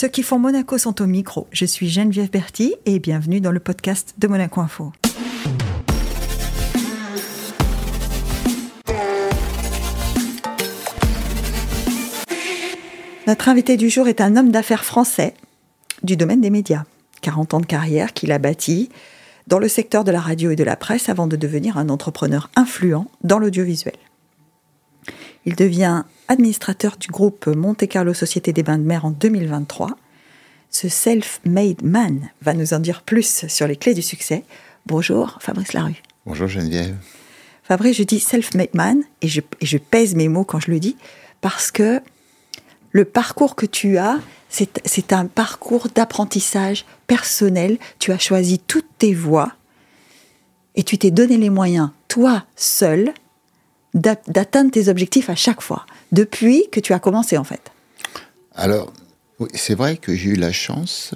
Ceux qui font Monaco sont au micro. Je suis Geneviève Berthy et bienvenue dans le podcast de Monaco Info. Notre invité du jour est un homme d'affaires français du domaine des médias. 40 ans de carrière qu'il a bâti dans le secteur de la radio et de la presse avant de devenir un entrepreneur influent dans l'audiovisuel. Il devient administrateur du groupe Monte Carlo Société des Bains de Mer en 2023. Ce self-made man va nous en dire plus sur les clés du succès. Bonjour Fabrice Larue. Bonjour Geneviève. Fabrice, je dis self-made man et je pèse mes mots quand je le dis parce que le parcours que tu as, c'est un parcours d'apprentissage personnel. Tu as choisi toutes tes voies et tu t'es donné les moyens, toi seul, d'atteindre tes objectifs à chaque fois, depuis que tu as commencé en fait. Alors, oui, c'est vrai que j'ai eu la chance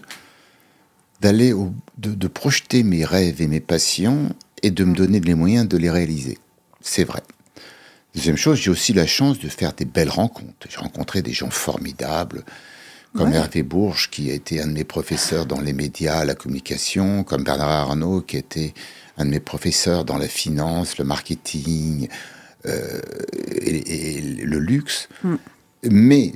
de projeter mes rêves et mes passions et de me donner les moyens de les réaliser. C'est vrai. Deuxième chose, j'ai aussi la chance de faire des belles rencontres. J'ai rencontré des gens formidables, comme Hervé Bourges, qui a été un de mes professeurs dans les médias, la communication, comme Bernard Arnault, qui était un de mes professeurs dans la finance, le marketing et le luxe. Mais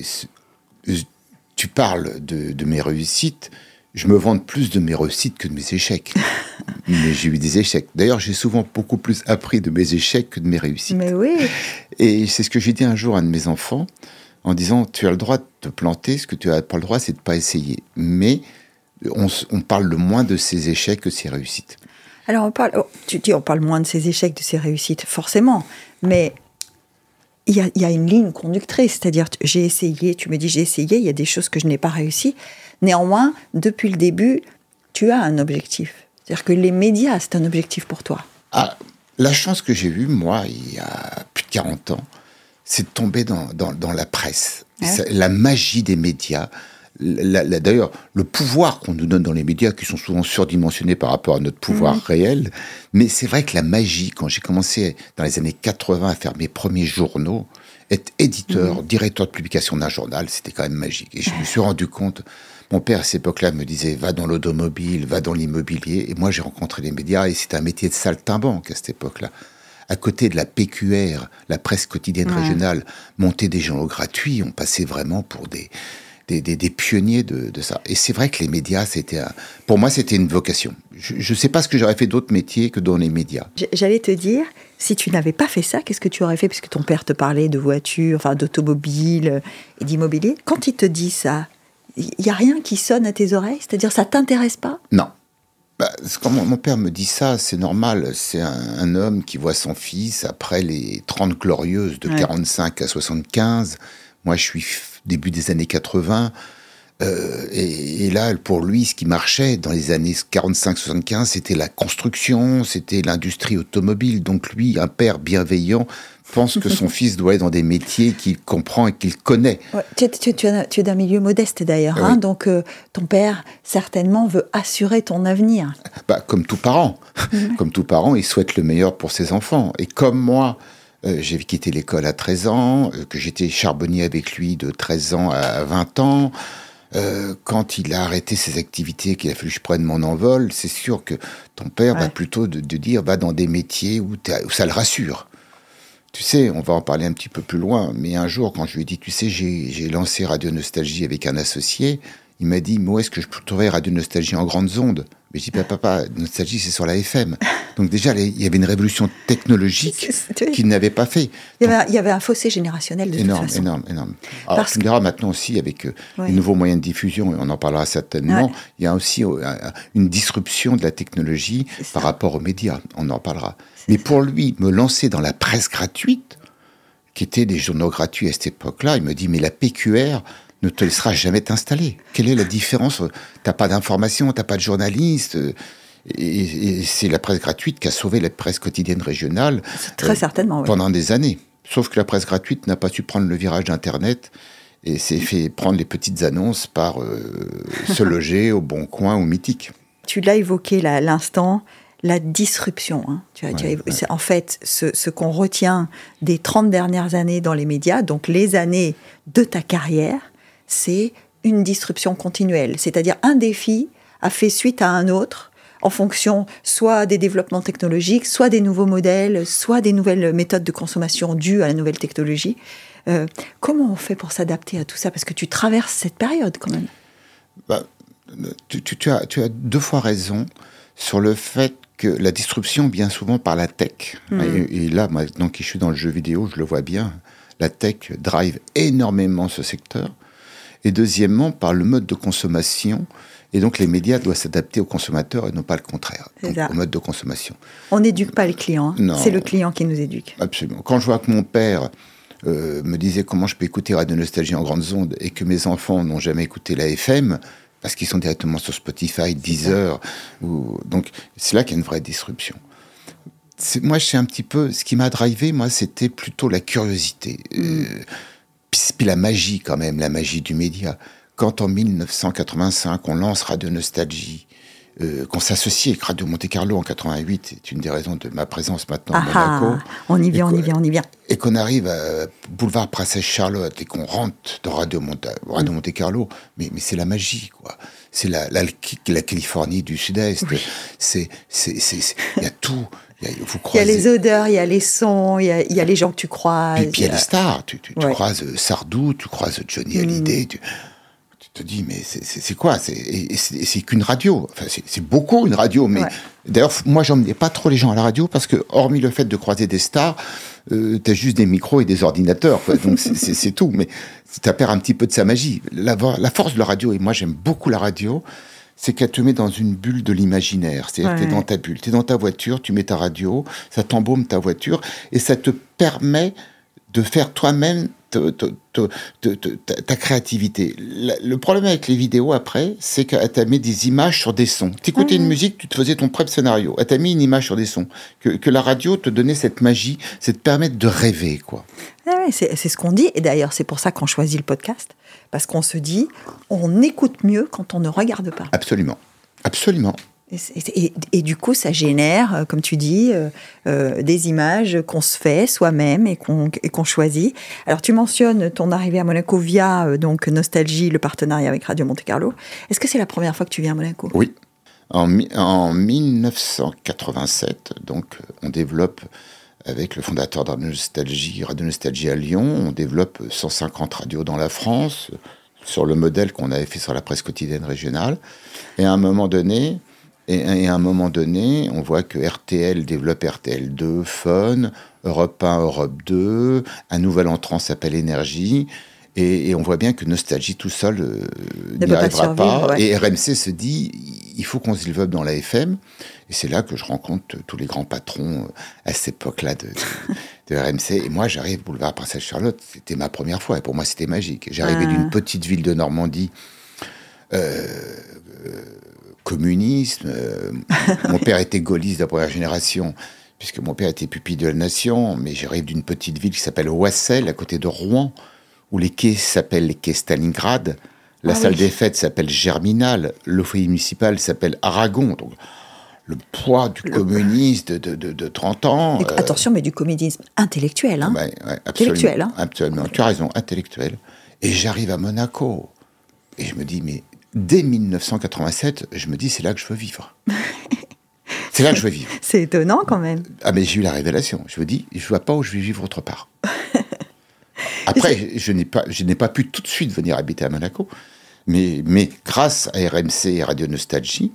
tu parles de mes réussites. Je me vante plus de mes réussites que de mes échecs. Mais j'ai eu des échecs. D'ailleurs, j'ai souvent beaucoup plus appris de mes échecs que de mes réussites. Mais oui. Et c'est ce que j'ai dit un jour à un de mes enfants, en disant, tu as le droit de te planter, ce que tu n'as pas le droit, c'est de ne pas essayer. Mais on parle le moins de ses échecs que de ses réussites. Alors, on parle moins de ses échecs, de ses réussites, forcément. Mais il y a une ligne conductrice, c'est-à-dire j'ai essayé, tu me dis j'ai essayé, il y a des choses que je n'ai pas réussi. Néanmoins, depuis le début, tu as un objectif. C'est-à-dire que les médias, c'est un objectif pour toi. Ah, la chance que j'ai eue, moi, il y a plus de 40 ans, c'est de tomber dans la presse. Ouais. La magie des médias. D'ailleurs, le pouvoir qu'on nous donne dans les médias, qui sont souvent surdimensionnés par rapport à notre pouvoir réel. Mais c'est vrai que la magie, quand j'ai commencé dans les années 80 à faire mes premiers journaux, être éditeur, directeur de publication d'un journal, c'était quand même magique. Et je me suis rendu compte, mon père à cette époque-là me disait, va dans l'automobile, va dans l'immobilier. Et moi, j'ai rencontré les médias et c'était un métier de saltimbanque à cette époque-là. À côté de la PQR, la presse quotidienne régionale, monter des journaux gratuits, on passait vraiment pour des pionniers de ça. Et c'est vrai que les médias, pour moi, c'était une vocation. Je ne sais pas ce que j'aurais fait d'autres métiers que dans les médias. J'allais te dire, si tu n'avais pas fait ça, qu'est-ce que tu aurais fait? Puisque ton père te parlait de voitures, enfin d'automobile et d'immobilier. Quand il te dit ça, il n'y a rien qui sonne à tes oreilles? C'est-à-dire, ça ne t'intéresse pas? Non. Quand mon père me dit ça, c'est normal. C'est un homme qui voit son fils après les 30 glorieuses de 45 à 75. Moi, je suis début des années 80. Et là, pour lui, ce qui marchait dans les années 45-75, c'était la construction, c'était l'industrie automobile. Donc lui, un père bienveillant, pense que son fils doit être dans des métiers qu'il comprend et qu'il connaît. Ouais, tu es d'un milieu modeste d'ailleurs, oui. Donc ton père certainement veut assurer ton avenir. Comme tout parent. Comme tout parent, il souhaite le meilleur pour ses enfants. Et comme moi, j'ai quitté l'école à 13 ans, que j'étais charbonnier avec lui de 13 ans à 20 ans. Quand il a arrêté ses activités, qu'il a fallu que je prenne mon envol, c'est sûr que ton père va plutôt de dire, va dans des métiers où ça le rassure. Tu sais, on va en parler un petit peu plus loin, mais un jour, quand je lui ai dit, tu sais, j'ai lancé Radio Nostalgie avec un associé, il m'a dit, mais où est-ce que je peux trouver Radio Nostalgie en grandes ondes? Mais je dis, papa, Nostalgie, c'est sur la FM. Donc déjà, il y avait une révolution technologique qu'il n'avait pas fait. Il y avait un fossé générationnel de toute façon. Énorme. Alors, tu me diras maintenant aussi, avec les nouveaux moyens de diffusion, et on en parlera certainement, il y a aussi une disruption de la technologie par rapport aux médias. On en parlera. Mais pour lui, me lancer dans la presse gratuite, qui étaient des journaux gratuits à cette époque-là, il me dit, mais la PQR ne te laissera jamais t'installer. Quelle est la différence? T'as pas d'information, t'as pas de journaliste. Et c'est la presse gratuite qui a sauvé la presse quotidienne régionale. Très certainement, oui. Pendant des années. Sauf que la presse gratuite n'a pas su prendre le virage d'Internet et s'est fait prendre les petites annonces par Se Loger, Au Bon Coin ou Mythique. Tu l'as évoqué là, à l'instant, la disruption. Hein. En fait, ce qu'on retient des 30 dernières années dans les médias, donc les années de ta carrière, c'est une disruption continuelle, c'est-à-dire un défi a fait suite à un autre en fonction soit des développements technologiques, soit des nouveaux modèles, soit des nouvelles méthodes de consommation dues à la nouvelle technologie. Comment on fait pour s'adapter à tout ça? Parce que tu traverses cette période quand même. Tu as deux fois raison sur le fait que la disruption vient souvent par la tech. Et là, maintenant que je suis dans le jeu vidéo, je le vois bien, la tech drive énormément ce secteur. Et deuxièmement, par le mode de consommation. Et donc, les médias doivent s'adapter aux consommateurs et non pas le contraire, donc, au mode de consommation. On n'éduque pas le client, hein. C'est le client qui nous éduque. Absolument. Quand je vois que mon père me disait comment je peux écouter Radio Nostalgie en grandes ondes et que mes enfants n'ont jamais écouté la FM, parce qu'ils sont directement sur Spotify, Deezer, donc c'est là qu'il y a une vraie disruption. Moi, je sais un petit peu, ce qui m'a drivé, moi, c'était plutôt la curiosité. Puis la magie quand même, la magie du média. Quand en 1985, on lance Radio Nostalgie, qu'on s'associe avec Radio Monte-Carlo en 88, c'est une des raisons de ma présence maintenant à Monaco. On y vient. Et qu'on arrive à Boulevard Princesse Charlotte et qu'on rentre dans Radio Monte-Carlo, mais c'est la magie, quoi. C'est la Californie du Sud-Est. Il y a tout. Il y a les odeurs, il y a les sons, il y a les gens que tu croises. Puis il y a les stars. Tu croises Sardou, tu croises Johnny Hallyday. Tu te dis, mais c'est quoi? C'est qu'une radio. Enfin, c'est beaucoup une radio. Mais d'ailleurs, moi, j'emmenais pas trop les gens à la radio parce que, hormis le fait de croiser des stars, t'as juste des micros et des ordinateurs. Quoi. Donc, c'est tout. Mais ça perd un petit peu de sa magie. La force de la radio, et moi, j'aime beaucoup la radio, c'est qu'elle te met dans une bulle de l'imaginaire. C'est-à-dire que t'es dans ta bulle. T'es dans ta voiture, tu mets ta radio, ça t'embaume ta voiture et ça te permet de faire toi-même ta créativité. Le problème avec les vidéos, après, c'est qu'elle t'a mis des images sur des sons. T'écoutais une musique, tu te faisais ton propre scénario. Elle t'a mis une image sur des sons. Que la radio te donnait cette magie, c'est de permettre de rêver, quoi. C'est ce qu'on dit. Et d'ailleurs, c'est pour ça qu'on choisit le podcast. Parce qu'on se dit, on écoute mieux quand on ne regarde pas. Absolument. Absolument. Et du coup, ça génère, comme tu dis, des images qu'on se fait soi-même et qu'on choisit. Alors, tu mentionnes ton arrivée à Monaco via donc Nostalgie, le partenariat avec Radio Monte-Carlo. Est-ce que c'est la première fois que tu viens à Monaco? Oui. En 1987, donc, on développe, avec le fondateur de Radio Nostalgie à Lyon, on développe 150 radios dans la France, sur le modèle qu'on avait fait sur la presse quotidienne régionale. Et à un moment donné, on voit que RTL développe RTL2, Fun, Europe 1, Europe 2, un nouvel entrant s'appelle Énergie, et on voit bien que Nostalgie tout seul n'y arrivera pas. Ouais. Et RMC se dit, il faut qu'on se développe dans la FM, et c'est là que je rencontre tous les grands patrons à cette époque-là de RMC, et moi j'arrive boulevard Princesse Charlotte, c'était ma première fois, et pour moi c'était magique. J'arrivais d'une petite ville de Normandie, communisme. Mon père était gaulliste de la première génération, puisque mon père était pupille de la Nation, mais j'arrive d'une petite ville qui s'appelle Oissel, à côté de Rouen, où les quais s'appellent les quais Stalingrad, la salle des fêtes s'appelle Germinal, le foyer municipal s'appelle Aragon. Donc, le poids du communisme de 30 ans... Attention, mais du communisme intellectuel. Hein. Intellectuel. Hein. Absolument, tu as raison, intellectuel. Et j'arrive à Monaco, et je me dis, mais... Dès 1987, je me dis, c'est là que je veux vivre. C'est là que je veux vivre. C'est étonnant quand même. Ah, mais j'ai eu la révélation. Je me dis, je ne vois pas où je vais vivre autre part. Après, je n'ai pas pu tout de suite venir habiter à Monaco, mais grâce à RMC et Radio Nostalgie,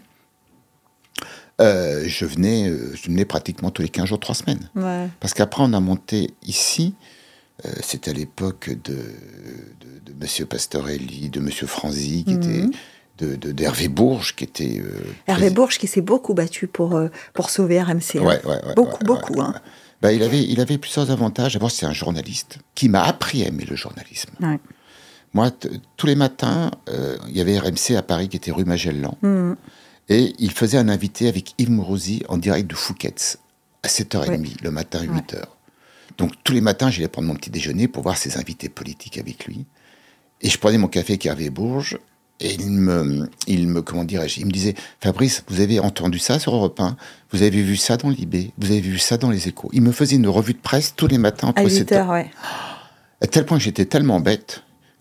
je venais pratiquement tous les 15 jours, 3 semaines. Ouais. Parce qu'après, on a monté ici, c'était à l'époque de Monsieur Pastorelli, de Monsieur Franzi, qui était d'Hervé Bourges, qui était... Hervé Bourges qui s'est beaucoup battu pour sauver RMC. Hein. Beaucoup. Hein. Bah, il avait plusieurs avantages. D'abord, c'est un journaliste qui m'a appris à aimer le journalisme. Ouais. Moi, tous les matins, il y avait RMC à Paris, qui était rue Magellan. Et il faisait un invité avec Yves Mourouzi en direct de Fouquet's, à 7h30, le matin, 8h. Donc, tous les matins, j'allais prendre mon petit déjeuner pour voir ses invités politiques avec lui. Et je prenais mon café avec Hervé Bourges, et il me disait, Fabrice, vous avez entendu ça sur Europe 1, vous avez vu ça dans Libé, vous avez vu ça dans les Échos. Il me faisait une revue de presse tous les matins entre 7h. Ouais. À tel point que j'étais tellement bête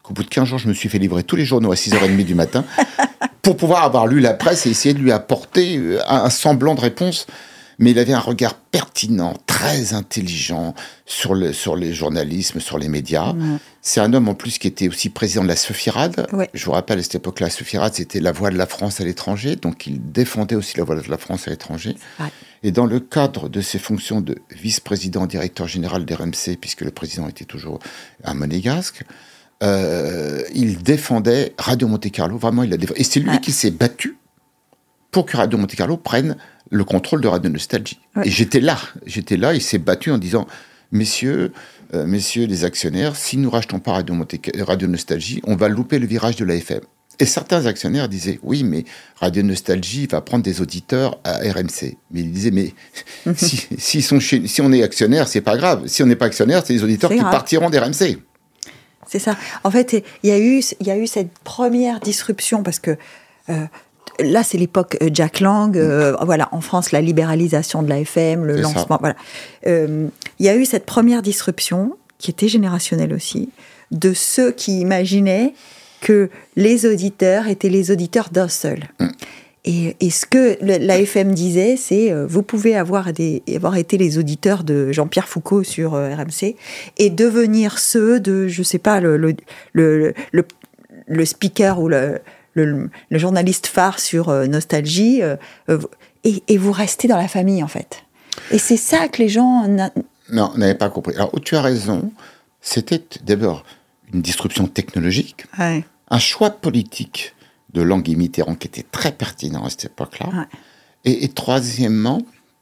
qu'au bout de 15 jours, je me suis fait livrer tous les journaux à 6h30 du matin pour pouvoir avoir lu la presse et essayer de lui apporter un semblant de réponse. Mais il avait un regard pertinent, très intelligent sur les journalismes, sur les médias. Mmh. C'est un homme en plus qui était aussi président de la Sophirade. Ouais. Je vous rappelle, à cette époque-là, la Sophirade, c'était la voix de la France à l'étranger. Donc il défendait aussi la voix de la France à l'étranger. Ouais. Et dans le cadre de ses fonctions de vice-président, directeur général d'RMC, puisque le président était toujours un monégasque, il défendait Radio Monte-Carlo. Vraiment, il l'a défendu. Et c'est lui qui s'est battu pour que Radio Monte-Carlo prenne le contrôle de Radio Nostalgie. Ouais. Et j'étais là, il s'est battu en disant « Messieurs les actionnaires, si nous ne rachetons pas Radio Nostalgie, on va louper le virage de la FM. » Et certains actionnaires disaient « Oui, mais Radio Nostalgie va prendre des auditeurs à RMC. » Mais ils disaient « Mais si on est actionnaire, c'est pas grave. Si on n'est pas actionnaire, c'est les auditeurs qui partiront d'RMC. » C'est ça. En fait, il y a eu cette première disruption parce que... là, c'est l'époque Jack Lang. Voilà, en France, la libéralisation de la FM, le lancement. Voilà. Il y a eu cette première disruption, qui était générationnelle aussi, de ceux qui imaginaient que les auditeurs étaient les auditeurs d'un seul. Et ce que la FM disait, c'est vous pouvez avoir été les auditeurs de Jean-Pierre Foucault sur RMC et devenir ceux de, je sais pas, le speaker ou le journaliste phare sur Nostalgie, et vous restez dans la famille, en fait. Et c'est ça que les gens... Non, n'avaient pas compris. Alors, tu as raison, c'était d'abord une disruption technologique, un choix politique de Langui Mitterrand qui était très pertinent à cette époque-là, et troisièmement,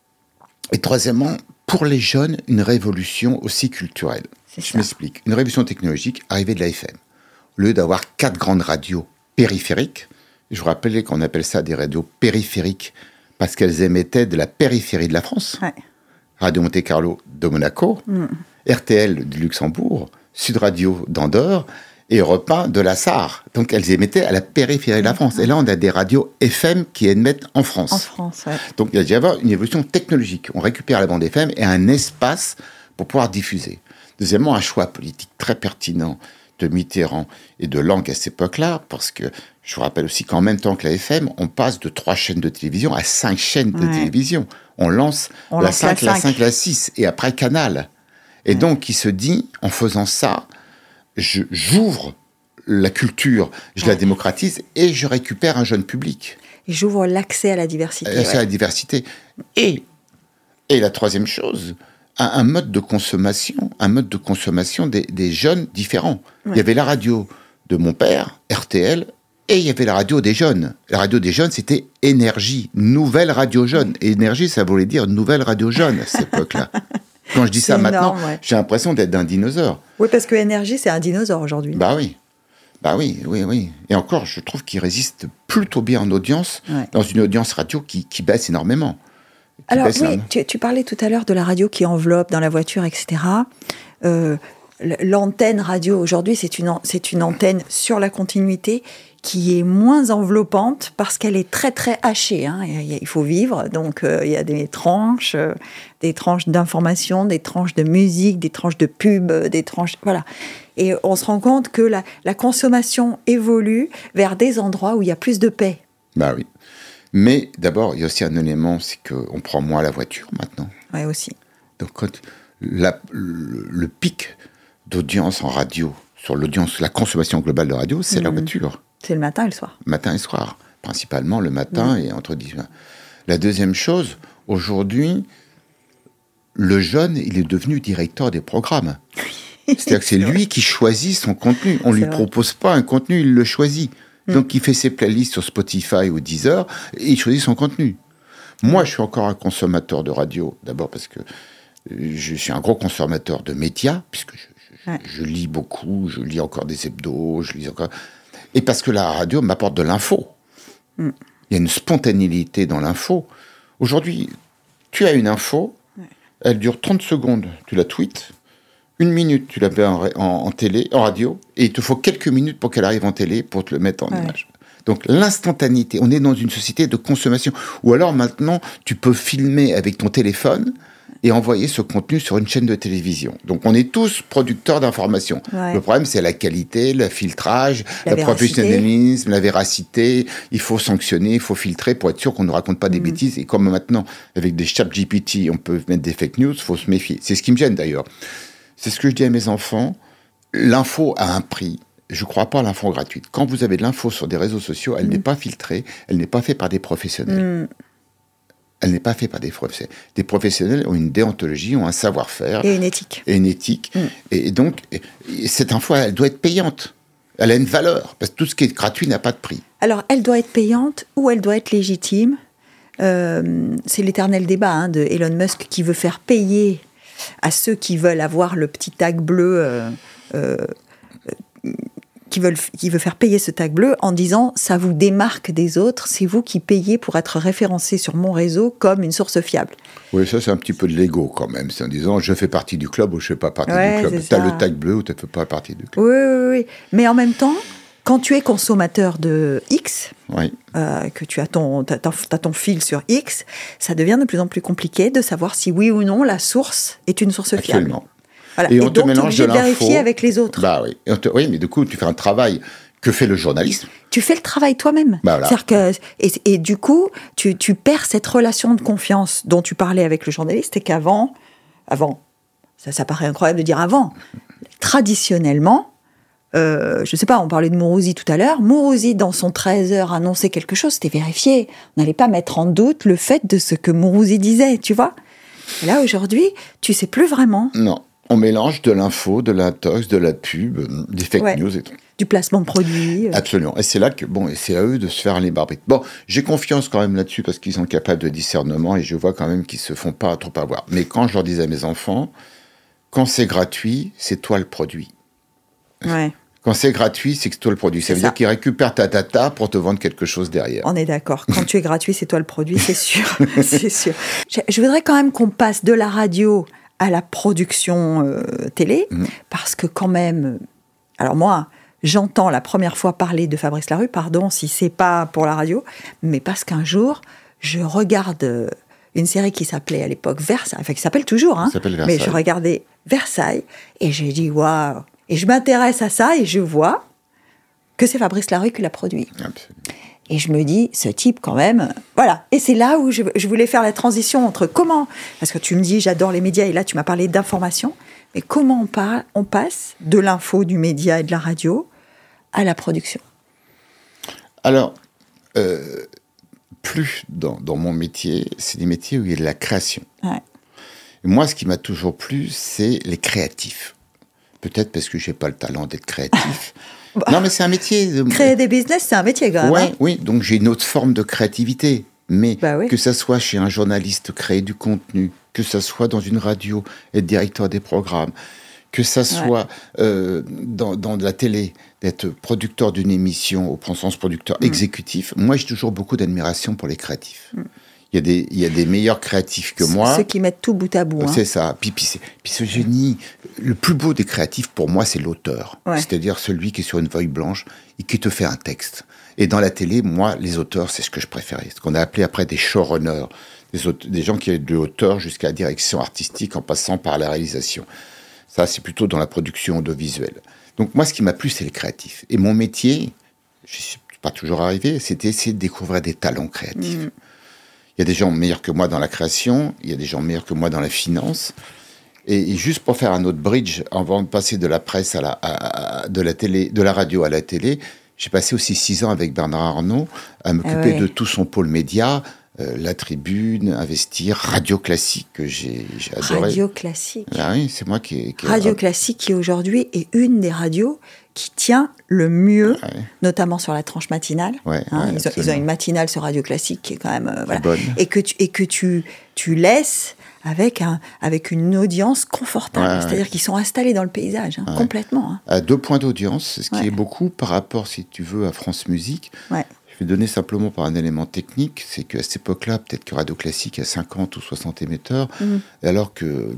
pour les jeunes, une révolution aussi culturelle. Je m'explique. Une révolution technologique arrivée de la FM. Au lieu d'avoir 4 grandes radios périphériques. Je vous rappelais qu'on appelle ça des radios périphériques parce qu'elles émettaient de la périphérie de la France. Ouais. Radio Monte-Carlo de Monaco, RTL du Luxembourg, Sud Radio d'Andorre et Europe 1 de la Sarre. Donc elles émettaient à la périphérie de la France. Et là, on a des radios FM qui émettent en France. En France, ouais. Donc il y a déjà avoir une évolution technologique. On récupère la bande FM et un espace pour pouvoir diffuser. Deuxièmement, un choix politique très pertinent de Mitterrand et de Lang à cette époque-là, parce que je vous rappelle aussi qu'en même temps que la FM, on passe de 3 chaînes de télévision à 5 chaînes de télévision. On lance la 5, la 5, la 6, et après Canal. Et donc, il se dit, en faisant ça, j'ouvre la culture, je la démocratise, et je récupère un jeune public. Et j'ouvre l'accès à la diversité. L'accès à la diversité. Et la troisième chose... un mode de consommation des jeunes différents. Ouais. Il y avait la radio de mon père, RTL, et il y avait la radio des jeunes. La radio des jeunes, c'était Énergie, nouvelle radio jeune. Et Énergie, ça voulait dire nouvelle radio jeune à cette époque-là. Quand je dis ça maintenant, j'ai l'impression d'être d'un dinosaure. Oui, parce que Énergie, c'est un dinosaure aujourd'hui. Bah oui. Et encore, je trouve qu'il résiste plutôt bien en audience, dans une audience radio qui baisse énormément. Alors oui, tu parlais tout à l'heure de la radio qui enveloppe dans la voiture, etc. L'antenne radio aujourd'hui, c'est une antenne sur la continuité qui est moins enveloppante parce qu'elle est très très hachée. Hein. Il faut vivre, donc il y a des tranches d'information, des tranches de musique, des tranches de pub, des tranches... Voilà. Et on se rend compte que la consommation évolue vers des endroits où il y a plus de paix. Bah oui. Mais d'abord, il y a aussi un élément, c'est qu'on prend moins la voiture maintenant. Oui, aussi. Donc, quand le pic d'audience en radio, sur l'audience, la consommation globale de radio, c'est la voiture. C'est le matin et le soir. Matin et soir. Principalement le matin et entre 18. La deuxième chose, aujourd'hui, le jeune, il est devenu directeur des programmes. C'est-à-dire que c'est lui qui choisit son contenu. On ne lui propose pas un contenu, il le choisit. Donc, il fait ses playlists sur Spotify ou Deezer et il choisit son contenu. Moi, je suis encore un consommateur de radio. D'abord parce que je suis un gros consommateur de médias, puisque je lis beaucoup, je lis encore des hebdos, je lis encore... Et parce que la radio m'apporte de l'info. Il y a une spontanéité dans l'info. Aujourd'hui, tu as une info, elle dure 30 secondes, tu la tweets, 1 minute, tu la mets en télé, en radio, et il te faut quelques minutes pour qu'elle arrive en télé, pour te le mettre en image. Donc l'instantanéité, on est dans une société de consommation. Ou alors maintenant, tu peux filmer avec ton téléphone, et envoyer ce contenu sur une chaîne de télévision. Donc, on est tous producteurs d'informations. Ouais. Le problème, c'est la qualité, le filtrage, La le professionnalisme, la véracité. Il faut sanctionner, il faut filtrer pour être sûr qu'on ne raconte pas des bêtises. Et comme maintenant, avec des chat GPT, on peut mettre des fake news, il faut se méfier. C'est ce qui me gêne d'ailleurs. C'est ce que je dis à mes enfants. L'info a un prix. Je ne crois pas à l'info gratuite. Quand vous avez de l'info sur des réseaux sociaux, elle n'est pas filtrée, elle n'est pas faite par des professionnels. Elle n'est pas faite par des professionnels. Des professionnels ont une déontologie, ont un savoir-faire. Et une éthique. Et donc, cette info, elle doit être payante. Elle a une valeur, parce que tout ce qui est gratuit n'a pas de prix. Alors, elle doit être payante ou elle doit être légitime. C'est l'éternel débat de Elon Musk qui veut faire payer à ceux qui veulent avoir le petit tag bleu, qui veut faire payer ce tag bleu en disant « ça vous démarque des autres, c'est vous qui payez pour être référencé sur mon réseau comme une source fiable ». Oui, ça c'est un petit peu de l'ego quand même, c'est en disant « je fais partie du club » ou « je ne fais pas partie du club ». Tu as le tag bleu ou tu ne fais pas partie du club. Oui. Mais en même temps, quand tu es consommateur de X, que tu as t'as ton fil sur X, ça devient de plus en plus compliqué de savoir si oui ou non la source est une source fiable. Absolument. Voilà. Et donc, on te mélange de l'info. vérifier avec les autres. Bah oui. Oui, mais du coup, tu fais un travail que fait le journalisme. Tu fais le travail toi-même. Bah voilà. C'est-à-dire que, et du coup, tu perds cette relation de confiance dont tu parlais avec le journaliste et qu'avant, ça paraît incroyable de dire avant, traditionnellement, je ne sais pas, on parlait de Mourouzi tout à l'heure, Mourouzi, dans son 13h, annonçait quelque chose, c'était vérifié. On n'allait pas mettre en doute le fait de ce que Mourouzi disait, tu vois. Et là, aujourd'hui, tu ne sais plus vraiment. Non. On mélange de l'info, de l'intox, de la pub, des fake news et tout. Du placement de produits. Absolument. Et c'est là que, et c'est à eux de se faire les barbitres. Bon, j'ai confiance quand même là-dessus parce qu'ils sont capables de discernement et je vois quand même qu'ils se font pas trop avoir. Mais quand je leur disais à mes enfants, quand c'est gratuit, c'est toi le produit. Ouais. Quand c'est gratuit, c'est que toi le produit. Ça veut dire qu'ils récupèrent ta data pour te vendre quelque chose derrière. On est d'accord. Quand tu es gratuit, c'est toi le produit, c'est sûr. C'est sûr. Je voudrais quand même qu'on passe de la radio à la production télé, parce que quand même... Alors moi, j'entends la première fois parler de Fabrice Larue, pardon si c'est pas pour la radio, mais parce qu'un jour, je regarde une série qui s'appelait à l'époque Versailles, enfin qui s'appelle toujours, mais je regardais Versailles, et j'ai dit waouh. Et je m'intéresse à ça, et je vois que c'est Fabrice Larue qui l'a produit. Absolument. Et je me dis, ce type, quand même... Voilà. Et c'est là où je voulais faire la transition entre comment... Parce que tu me dis, j'adore les médias, et là, tu m'as parlé d'information. Mais comment on passe de l'info, du média et de la radio à la production ? Alors, plus dans mon métier, c'est des métiers où il y a de la création. Ouais. Et moi, ce qui m'a toujours plu, c'est les créatifs. Peut-être parce que je n'ai pas le talent d'être créatif. Non, mais c'est un métier. Créer des business, c'est un métier quand même. Oui, donc j'ai une autre forme de créativité. Mais que ça soit chez un journaliste, créer du contenu, que ça soit dans une radio, être directeur des programmes, que ça soit dans de la télé, d'être producteur d'une émission, au sens producteur exécutif, moi j'ai toujours beaucoup d'admiration pour les créatifs. Il y a des meilleurs créatifs que moi. Ceux qui mettent tout bout à bout. C'est ça. Puis ce génie, le plus beau des créatifs, pour moi, c'est l'auteur. Ouais. C'est-à-dire celui qui est sur une feuille blanche et qui te fait un texte. Et dans la télé, moi, les auteurs, c'est ce que je préférais. Ce qu'on a appelé après des showrunners. Des gens qui allaient de l'auteur jusqu'à la direction artistique en passant par la réalisation. Ça, c'est plutôt dans la production audiovisuelle. Donc moi, ce qui m'a plu, c'est les créatifs. Et mon métier, je ne suis pas toujours arrivé, c'était essayer de découvrir des talents créatifs. Il y a des gens meilleurs que moi dans la création, il y a des gens meilleurs que moi dans la finance. Et juste pour faire un autre bridge, avant de passer de la presse de la télé, de la radio à la télé, j'ai passé aussi 6 ans avec Bernard Arnault à m'occuper de tout son pôle média, La Tribune, Investir, Radio Classique que j'ai adoré. Radio Classique. Ah oui, c'est moi qui Radio Classique qui aujourd'hui est une des radios qui tient le mieux, notamment sur la tranche matinale. Ils ont une matinale sur Radio Classique qui est quand même bonne. Et que tu laisses avec une audience confortable, c'est-à-dire qu'ils sont installés dans le paysage complètement. À 2 points d'audience, ce qui est beaucoup par rapport, si tu veux, à France Musique. Je vais donner simplement par un élément technique, c'est qu'à cette époque-là, peut-être que Radio Classique a 50 ou 60 émetteurs, alors que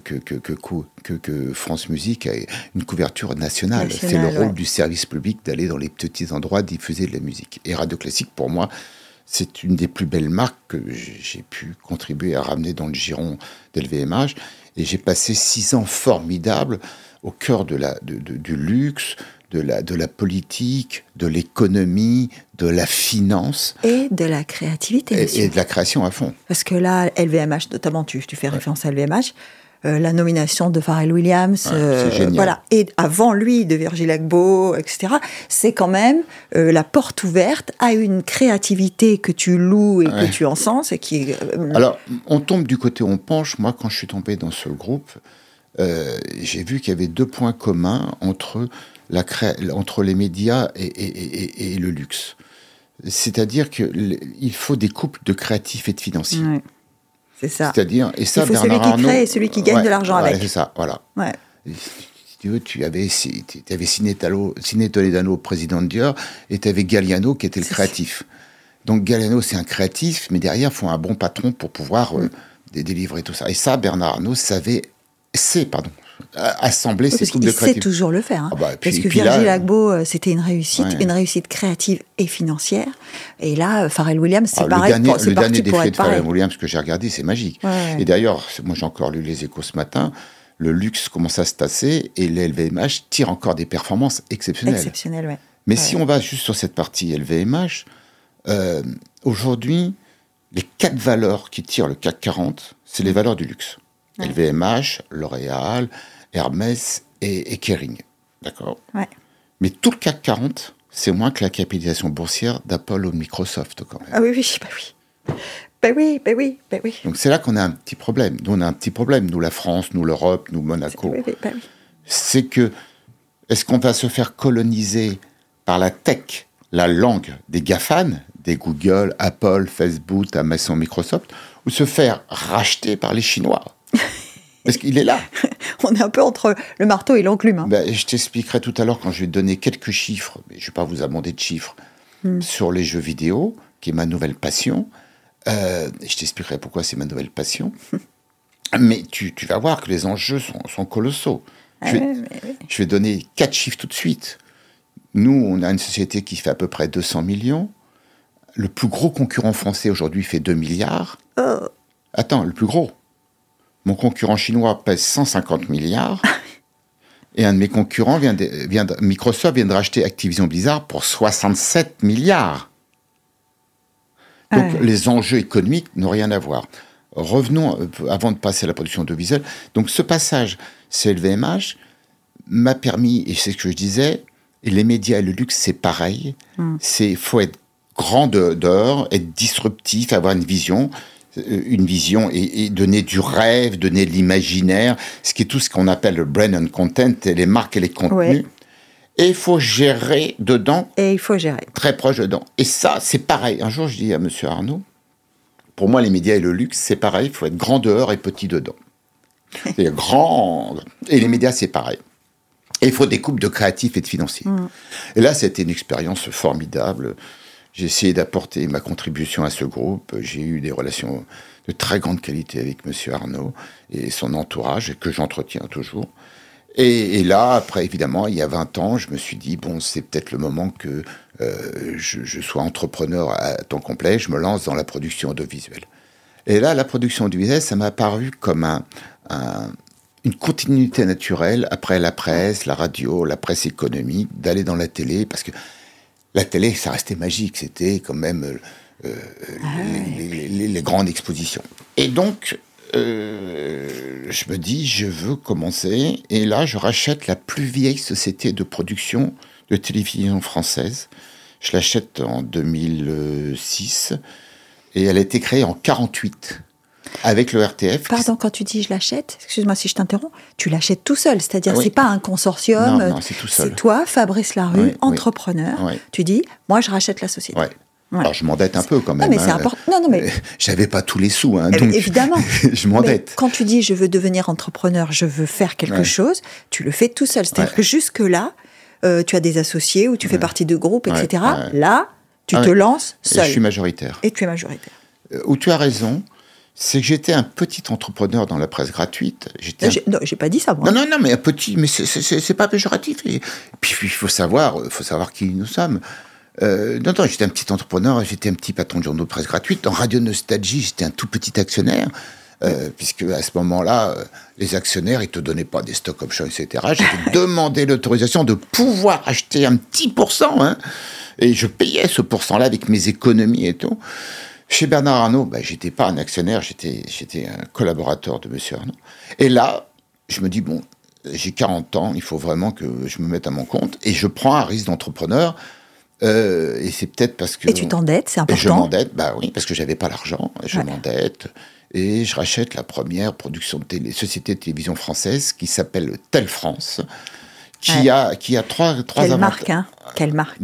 France Musique a une couverture nationale. C'est le rôle du service public d'aller dans les petits endroits diffuser de la musique. Et Radio Classique, pour moi, C'est une des plus belles marques que j'ai pu contribuer à ramener dans le giron d'LVMH. Et j'ai passé 6 ans formidables au cœur du luxe, de la politique, de l'économie, de la finance. Et de la créativité. Et de la création à fond. Parce que là, LVMH, notamment, tu fais référence à LVMH, la nomination de Pharrell Williams, c'est génial. Voilà, et avant lui, de Virgil Abloh, etc., c'est quand même la porte ouverte à une créativité que tu loues et que tu encenses. Et qui, Alors, on tombe du côté où on penche. Moi, quand je suis tombé dans ce groupe, j'ai vu qu'il y avait 2 points communs entre les médias et le luxe. C'est-à-dire qu'il faut des couples de créatifs et de financiers. Ouais. C'est ça. C'est-à-dire, et ça, il faut Bernard celui qui crée Arnault, et celui qui gagne de l'argent avec. C'est ça, voilà. Ouais. Si tu veux, tu avais Ciné Toledano, président de Dior, et tu avais Galliano qui était le créatif. Donc Galliano, c'est un créatif, mais derrière, il faut un bon patron pour pouvoir délivrer tout ça. Et ça, Bernard Arnault assembler ces couples de créatifs. Il sait toujours le faire. Hein. Parce que Virgil Abloh, c'était une réussite créative et financière. Et là, Pharrell Williams, c'est pareil. Le dernier défilé de Pharrell Williams que j'ai regardé, c'est magique. Ouais. Et d'ailleurs, moi j'ai encore lu les Échos ce matin, le luxe commence à se tasser et les LVMH tirent encore des performances exceptionnelles. Ouais. Mais si on va juste sur cette partie LVMH, aujourd'hui, les 4 valeurs qui tirent le CAC 40, c'est les valeurs du luxe. Ouais. LVMH, L'Oréal, Hermès et Kering. D'accord ? Ouais. Mais tout le CAC 40, c'est moins que la capitalisation boursière d'Apple ou de Microsoft, quand même. Ah oui. Bah oui. Donc c'est là qu'on a un petit problème. Nous, on a un petit problème. Nous, la France, nous, l'Europe, nous, Monaco. Oui. C'est que, est-ce qu'on va se faire coloniser par la tech, la langue des GAFAN, des Google, Apple, Facebook, Amazon, Microsoft, ou se faire racheter par les Chinois ? Parce qu'il est là. On est un peu entre le marteau et l'enclume. Hein. Je t'expliquerai tout à l'heure quand je vais te donner quelques chiffres, mais je ne vais pas vous amender de chiffres, sur les jeux vidéo, qui est ma nouvelle passion. Je t'expliquerai pourquoi c'est ma nouvelle passion. Mais tu vas voir que les enjeux sont colossaux. Je vais donner 4 chiffres tout de suite. Nous, on a une société qui fait à peu près 200 millions. Le plus gros concurrent français aujourd'hui fait 2 milliards. Oh. Attends, le plus gros. Mon concurrent chinois pèse 150 milliards. Et un de mes concurrents, Microsoft, vient de racheter Activision Blizzard pour 67 milliards. Donc les enjeux économiques n'ont rien à voir. Revenons, avant de passer à la production audiovisuelle. Donc ce passage, c'est LVMH, m'a permis, et c'est ce que je disais, et les médias et le luxe, c'est pareil. Il faut être grandeur, être disruptif, avoir une vision et donner du rêve, donner de l'imaginaire, ce qui est tout ce qu'on appelle le brand and content, et les marques et les contenus. Ouais. Et il faut gérer dedans. Très proche dedans. Et ça, c'est pareil. Un jour, je dis à M. Arnault, pour moi, les médias et le luxe, c'est pareil. Il faut être grand dehors et petit dedans. C'est grand. Et les médias, c'est pareil. Et il faut des couples de créatifs et de financiers. Et là, c'était une expérience formidable. J'ai essayé d'apporter ma contribution à ce groupe. J'ai eu des relations de très grande qualité avec M. Arnault et son entourage, que j'entretiens toujours. Et là, après, évidemment, il y a 20 ans, je me suis dit, bon, c'est peut-être le moment que je sois entrepreneur à temps complet. Je me lance dans la production audiovisuelle. Et là, la production audiovisuelle, ça m'a apparu comme une continuité naturelle après la presse, la radio, la presse économique, d'aller dans la télé, parce que la télé, ça restait magique. C'était quand même les grandes expositions. Et donc, je me dis, je veux commencer. Et là, je rachète la plus vieille société de production de télévision française. Je l'achète en 2006. Et elle a été créée en 1948 avec le RTF. Pardon, quand tu dis je l'achète, excuse-moi si je t'interromps, tu l'achètes tout seul. C'est-à-dire, c'est pas un consortium. Non, c'est tout seul. C'est toi, Fabrice Larue, entrepreneur. Oui. Tu dis, moi, je rachète la société. Ouais. Alors, je m'endette un peu quand même. Non, mais c'est important. Non, mais j'avais pas tous les sous, donc évidemment. Je m'endette. Mais quand tu dis je veux devenir entrepreneur, je veux faire quelque chose, tu le fais tout seul. C'est-à-dire que jusque-là, tu as des associés ou tu fais partie de groupes, etc. Là, tu te lances seul. Je suis majoritaire. Et tu es majoritaire. Où tu as raison, c'est que j'étais un petit entrepreneur dans la presse gratuite. Non, j'ai pas dit ça, moi. Non, mais un petit, mais c'est pas péjoratif. Et puis, il faut savoir qui nous sommes. Non, j'étais un petit entrepreneur, j'étais un petit patron de journaux de presse gratuite. Dans Radio Nostalgie, j'étais un tout petit actionnaire, puisque à ce moment-là, les actionnaires, ils te donnaient pas des stock options, etc. J'avais demandé l'autorisation de pouvoir acheter un petit pourcent, hein, et je payais ce pourcent-là avec mes économies et tout. Chez Bernard Arnault, j'étais pas un actionnaire, j'étais un collaborateur de Monsieur Arnault. Et là, je me dis, bon, j'ai 40 ans, il faut vraiment que je me mette à mon compte, et je prends un risque d'entrepreneur. Et c'est peut-être parce que... Et tu t'endettes, c'est important. Je m'endette, oui, parce que j'avais pas l'argent. Je m'endette et je rachète la première production de société de télévision française qui s'appelle Telle France, qui a trois Quelle marque, hein? Quelle marque?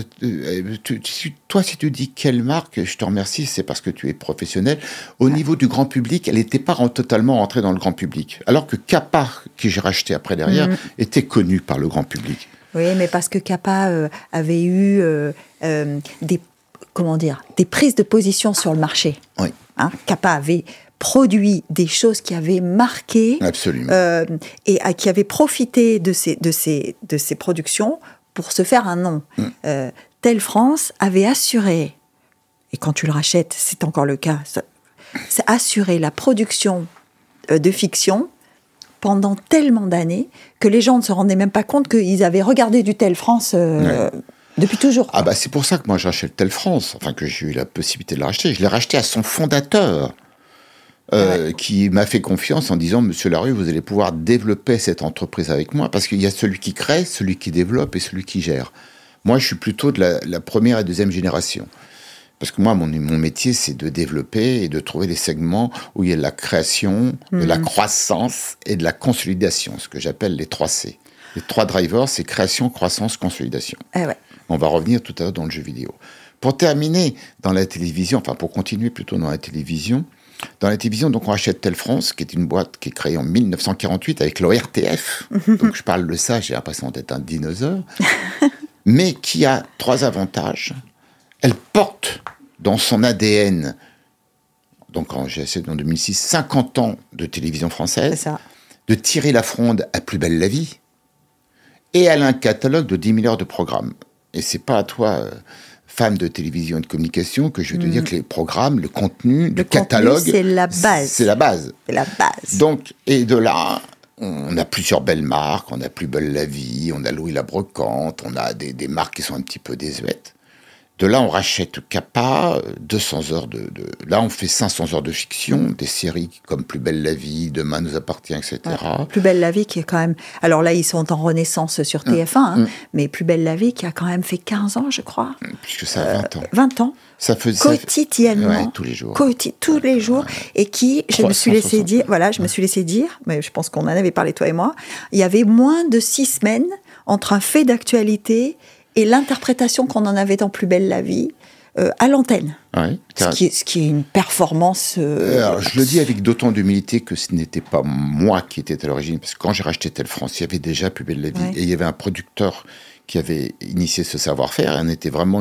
Toi, si tu dis quelle marque, je te remercie, c'est parce que tu es professionnel. Au niveau du grand public, elle n'était pas totalement rentrée dans le grand public. Alors que Capa, que j'ai racheté après derrière, était connue par le grand public. Oui, mais parce que Capa avait eu des prises de position sur le marché. Oui. Hein, Capa avait produit des choses qui avaient marqué. Absolument. Et qui avaient profité de ces productions pour se faire un nom. Telle France avait assuré, et quand tu le rachètes, c'est encore le cas, c'est assuré la production de fiction pendant tellement d'années que les gens ne se rendaient même pas compte qu'ils avaient regardé du Telle France depuis toujours. Ah c'est pour ça que moi je rachète Telle France, enfin que j'ai eu la possibilité de la racheter. Je l'ai racheté à son fondateur, qui m'a fait confiance en disant, Monsieur Larue, vous allez pouvoir développer cette entreprise avec moi, parce qu'il y a celui qui crée, celui qui développe et celui qui gère. Moi, je suis plutôt de la première et deuxième génération. Parce que moi, mon métier, c'est de développer et de trouver des segments où il y a de la création, de la croissance et de la consolidation, ce que j'appelle les 3 C. Les 3 drivers, c'est création, croissance, consolidation. On va revenir tout à l'heure dans le jeu vidéo. Pour terminer dans la télévision, enfin pour continuer plutôt dans la télévision, donc on rachète Telle France, qui est une boîte qui est créée en 1948 avec l'ORTF. Donc je parle de ça, j'ai l'impression d'être un dinosaure. Mais qui a 3 avantages. Elle porte dans son ADN, donc j'ai essayé en 2006, 50 ans de télévision française, c'est ça. De tirer la fronde à Plus belle la vie, et elle a un catalogue de 10 000 heures de programmes. Et c'est pas à toi, femme de télévision et de communication, que je vais te dire que les programmes, le contenu, le catalogue... c'est la base. C'est la base. C'est la base. Donc, et de là... On a plusieurs belles marques, on a Plus belle la vie, on a Louis la Brocante, on a des marques qui sont un petit peu désuètes. De là, on rachète Capa, 200 heures Là, on fait 500 heures de fiction, des séries comme Plus belle la vie, Demain nous appartient, etc. Plus belle la vie qui est quand même... Alors là, ils sont en renaissance sur TF1, mais Plus belle la vie qui a quand même fait 15 ans, je crois. Puisque ça a 20 ans. 20 ans. Ça faisait quotidiennement, tous les jours. Tous les jours, et qui, je me suis laissé dire, mais je pense qu'on en avait parlé toi et moi, il y avait moins de 6 semaines entre un fait d'actualité et l'interprétation qu'on en avait dans Plus belle la vie à l'antenne. Oui, ce qui est une performance... Alors, je le dis avec d'autant d'humilité que ce n'était pas moi qui étais à l'origine, parce que quand j'ai racheté Telle France, il y avait déjà Plus belle la vie, et il y avait un producteur qui avait initié ce savoir-faire, et on était vraiment...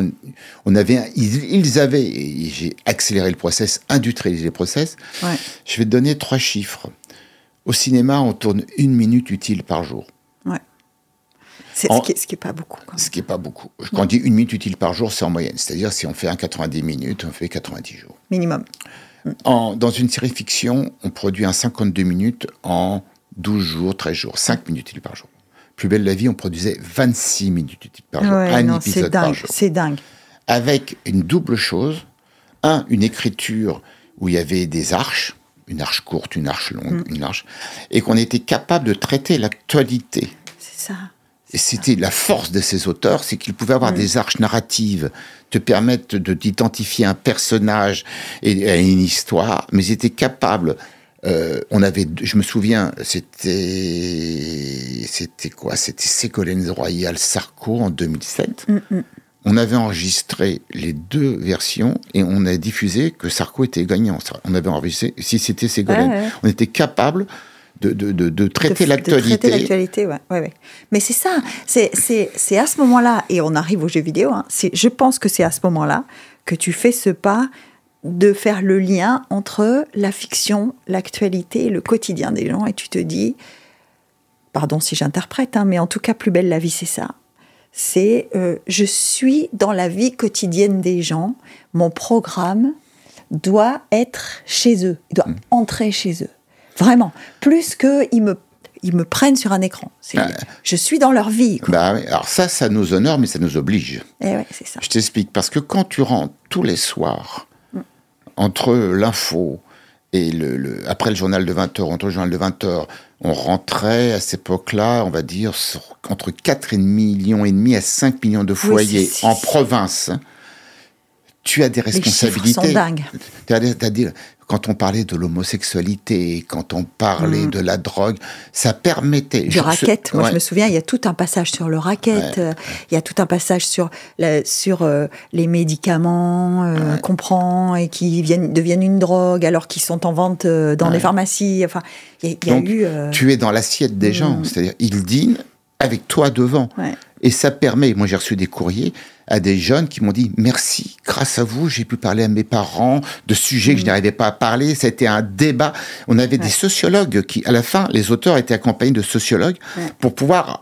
Ils avaient, et j'ai accéléré le process, industrialisé le process. Je vais te donner 3 chiffres. Au cinéma, on tourne 1 minute utile par jour. Ce qui n'est pas beaucoup. Ce qui n'est pas beaucoup. Quand on dit 1 minute utile par jour, c'est en moyenne. C'est-à-dire, si on fait 90 minutes, on fait 90 jours. Minimum. Dans une série fiction, on produit un 52 minutes en 12 jours, 13 jours. 5 minutes utiles par jour. Plus belle la vie, on produisait 26 minutes utiles par jour. Un épisode par jour. C'est dingue. Avec une double chose. Une écriture où il y avait des arches. Une arche courte, une arche longue, une arche. Et qu'on était capable de traiter l'actualité. C'est ça. Et c'était la force de ces auteurs, c'est qu'ils pouvaient avoir des arches narratives, te permettre d'identifier un personnage et une histoire, mais ils étaient capables. Je me souviens, c'était quoi ? C'était Ségolène Royal Sarko en 2007. On avait enregistré les 2 versions et on a diffusé que Sarko était gagnant. On avait enregistré, si c'était Ségolène, on était capable de traiter l'actualité. De traiter l'actualité, ouais. Mais c'est ça, c'est à ce moment-là, et on arrive aux jeux vidéo, je pense que c'est à ce moment-là que tu fais ce pas de faire le lien entre la fiction, l'actualité et le quotidien des gens, et tu te dis, pardon si j'interprète, mais en tout cas, Plus belle la vie, c'est ça. c'est je suis dans la vie quotidienne des gens. Mon programme doit être chez eux. Il doit entrer chez eux. Vraiment. Plus qu'ils me prennent sur un écran. Je suis dans leur vie. Bah, alors ça nous honore, mais ça nous oblige. Ouais, c'est ça. Je t'explique. Parce que quand tu rentres tous les soirs, entre l'info et après le journal de 20h, entre le journal de 20h, on rentrait à cette époque-là, on va dire, entre 4,5 millions à 5 millions de foyers en province. Tu as des responsabilités. Les chiffres sont dingues. C'est-à-dire, quand on parlait de l'homosexualité, quand on parlait de la drogue, ça permettait... Du racket. Moi, je me souviens, il y a tout un passage sur le racket. Il y a tout un passage sur les médicaments qu'on prend et qui deviennent une drogue alors qu'ils sont en vente dans les pharmacies. Enfin, il y a eu... Tu es dans l'assiette des gens. C'est-à-dire, ils dînent avec toi devant. Ouais. Et ça permet... Moi, j'ai reçu des courriers à des jeunes qui m'ont dit « Merci, grâce à vous, j'ai pu parler à mes parents de sujets que je n'arrivais pas à parler. » Ça a été un débat. On avait des sociologues qui, à la fin, les auteurs étaient accompagnés de sociologues pour pouvoir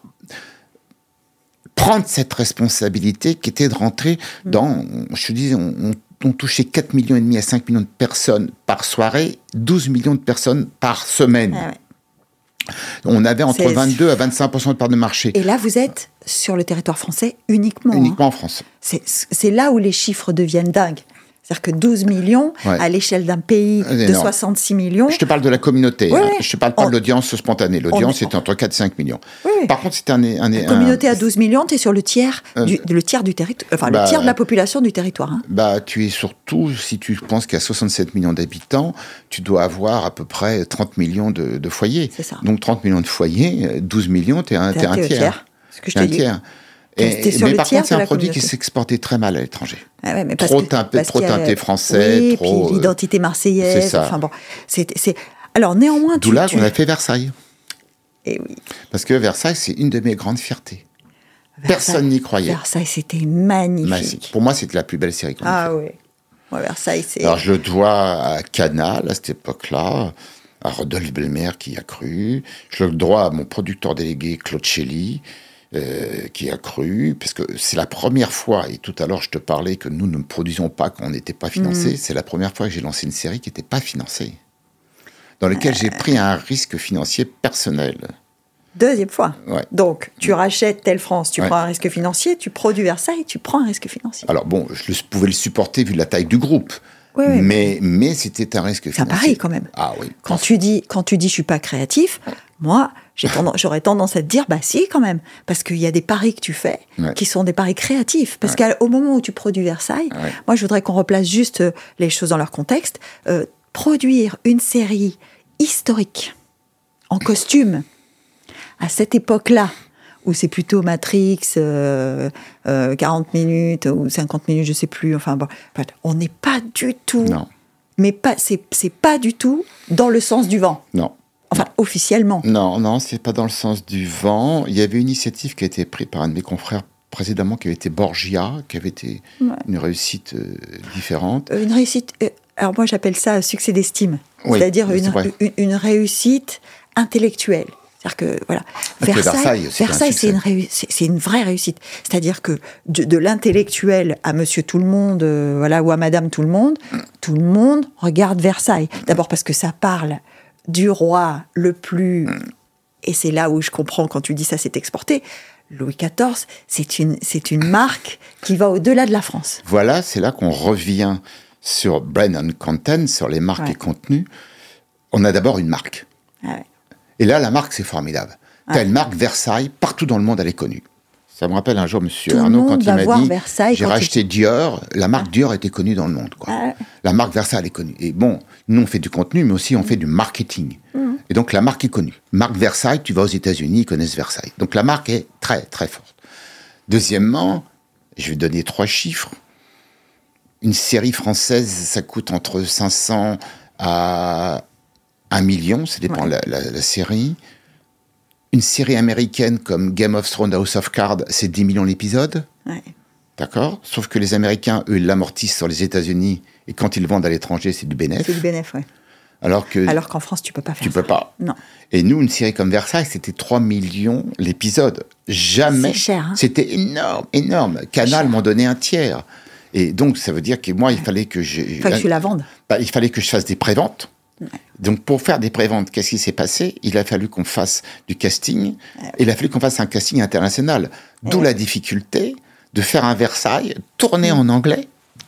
prendre cette responsabilité qui était de rentrer dans... Je te disais, on touchait 4,5 millions à 5 millions de personnes par soirée, 12 millions de personnes par semaine. On avait entre 22 à 25% de part de marché. Et là, vous êtes sur le territoire français uniquement. Uniquement en France. C'est là où les chiffres deviennent dingues. C'est-à-dire que 12 millions, à l'échelle d'un pays de 66 millions... Je te parle de la communauté. Je te parle pas de l'audience spontanée. L'audience, c'est entre 4 et 5 millions. Par contre, c'est une communauté à 12 millions, tu es sur le tiers du territoire, enfin le tiers de la population du territoire. Tu es surtout, si tu penses qu'il y a 67 millions d'habitants, tu dois avoir à peu près 30 millions de foyers. C'est ça. Donc 30 millions de foyers, 12 millions, t'es un tiers. C'est ce que je te dis. Mais par contre, c'est un produit qui s'exportait très mal à l'étranger. Trop teinté français, trop... puis l'identité marseillaise. C'est ça. Enfin bon, alors néanmoins... D'où là qu'on a fait Versailles. Et oui. Parce que Versailles, c'est une de mes grandes fiertés. Personne n'y croyait. Versailles, c'était magnifique. Pour moi, c'était la plus belle série qu'on a fait. Oui. Ouais, Versailles, c'est... Alors, je le dois à Canal, à cette époque-là, à Rodolphe Belmer, qui y a cru. Je le dois à mon producteur délégué, Claude Chély, qui a cru, parce que c'est la première fois, et tout à l'heure je te parlais que nous ne produisons pas quand on n'était pas financé, c'est la première fois que j'ai lancé une série qui n'était pas financée, dans laquelle j'ai pris un risque financier personnel. Deuxième fois. Donc, tu rachètes Telle France, tu prends un risque financier, tu produis Versailles, tu prends un risque financier. Alors bon, je pouvais le supporter vu la taille du groupe. Mais c'était un risque financier. C'est un pari quand même. Ah oui. Quand tu dis je suis pas créatif, moi j'aurais tendance à te dire si quand même, parce qu'il y a des paris que tu fais qui sont des paris créatifs. Parce qu'au moment où tu produis Versailles, moi je voudrais qu'on replace juste les choses dans leur contexte. Produire une série historique en costume à cette époque-là, où c'est plutôt Matrix, 40 minutes ou 50 minutes, je sais plus. Enfin bon, on n'est pas du tout. Non. Mais c'est pas du tout dans le sens du vent. Non. Enfin, officiellement. Non, c'est pas dans le sens du vent. Il y avait une initiative qui a été prise par un de mes confrères précédemment, qui avait été Borgia, qui avait été une réussite différente. Une réussite. Alors moi, j'appelle ça succès d'estime. C'est-à-dire une réussite intellectuelle. C'est-à-dire que voilà, Versailles, c'est une vraie réussite. C'est-à-dire que de l'intellectuel à Monsieur Tout le Monde, ou à Madame Tout le monde regarde Versailles. D'abord parce que ça parle du roi le plus, et c'est là où je comprends quand tu dis ça, c'est exporté. Louis XIV, c'est une marque qui va au-delà de la France. Voilà, c'est là qu'on revient sur brand and content, sur les marques et contenus. On a d'abord une marque. Et là, la marque, c'est formidable. Tu as une marque Versailles, partout dans le monde, elle est connue. Ça me rappelle un jour, M. Arnaud, quand il m'a dit « J'ai racheté Dior », la marque Dior était connue dans le monde. La marque Versailles, elle est connue. Et bon, nous, on fait du contenu, mais aussi on fait du marketing. Et donc, la marque est connue. Marque Versailles, tu vas aux États-Unis, ils connaissent Versailles. Donc, la marque est très, très forte. Deuxièmement, je vais donner 3 chiffres. Une série française, ça coûte entre 500 à 1 million, ça dépend de la série. Une série américaine comme Game of Thrones, House of Cards, c'est 10 millions l'épisode. D'accord ? Sauf que les Américains, eux, ils l'amortissent sur les États-Unis, et quand ils le vendent à l'étranger, c'est du bénéf. C'est du bénéf, Alors qu'en France, tu peux pas faire ça. Tu peux pas. Non. Et nous, une série comme Versailles, c'était 3 millions l'épisode. Jamais. C'est cher. Hein. C'était énorme, énorme. Canal m'en donnait un tiers. Et donc, ça veut dire que moi, il fallait que il fallait que tu la vendes. Il fallait que je fasse des préventes. Ouais. Donc, pour faire des préventes, qu'est-ce qui s'est passé? Il a fallu qu'on fasse du casting. Il a fallu qu'on fasse un casting international. D'où la difficulté de faire un Versailles tourné en anglais.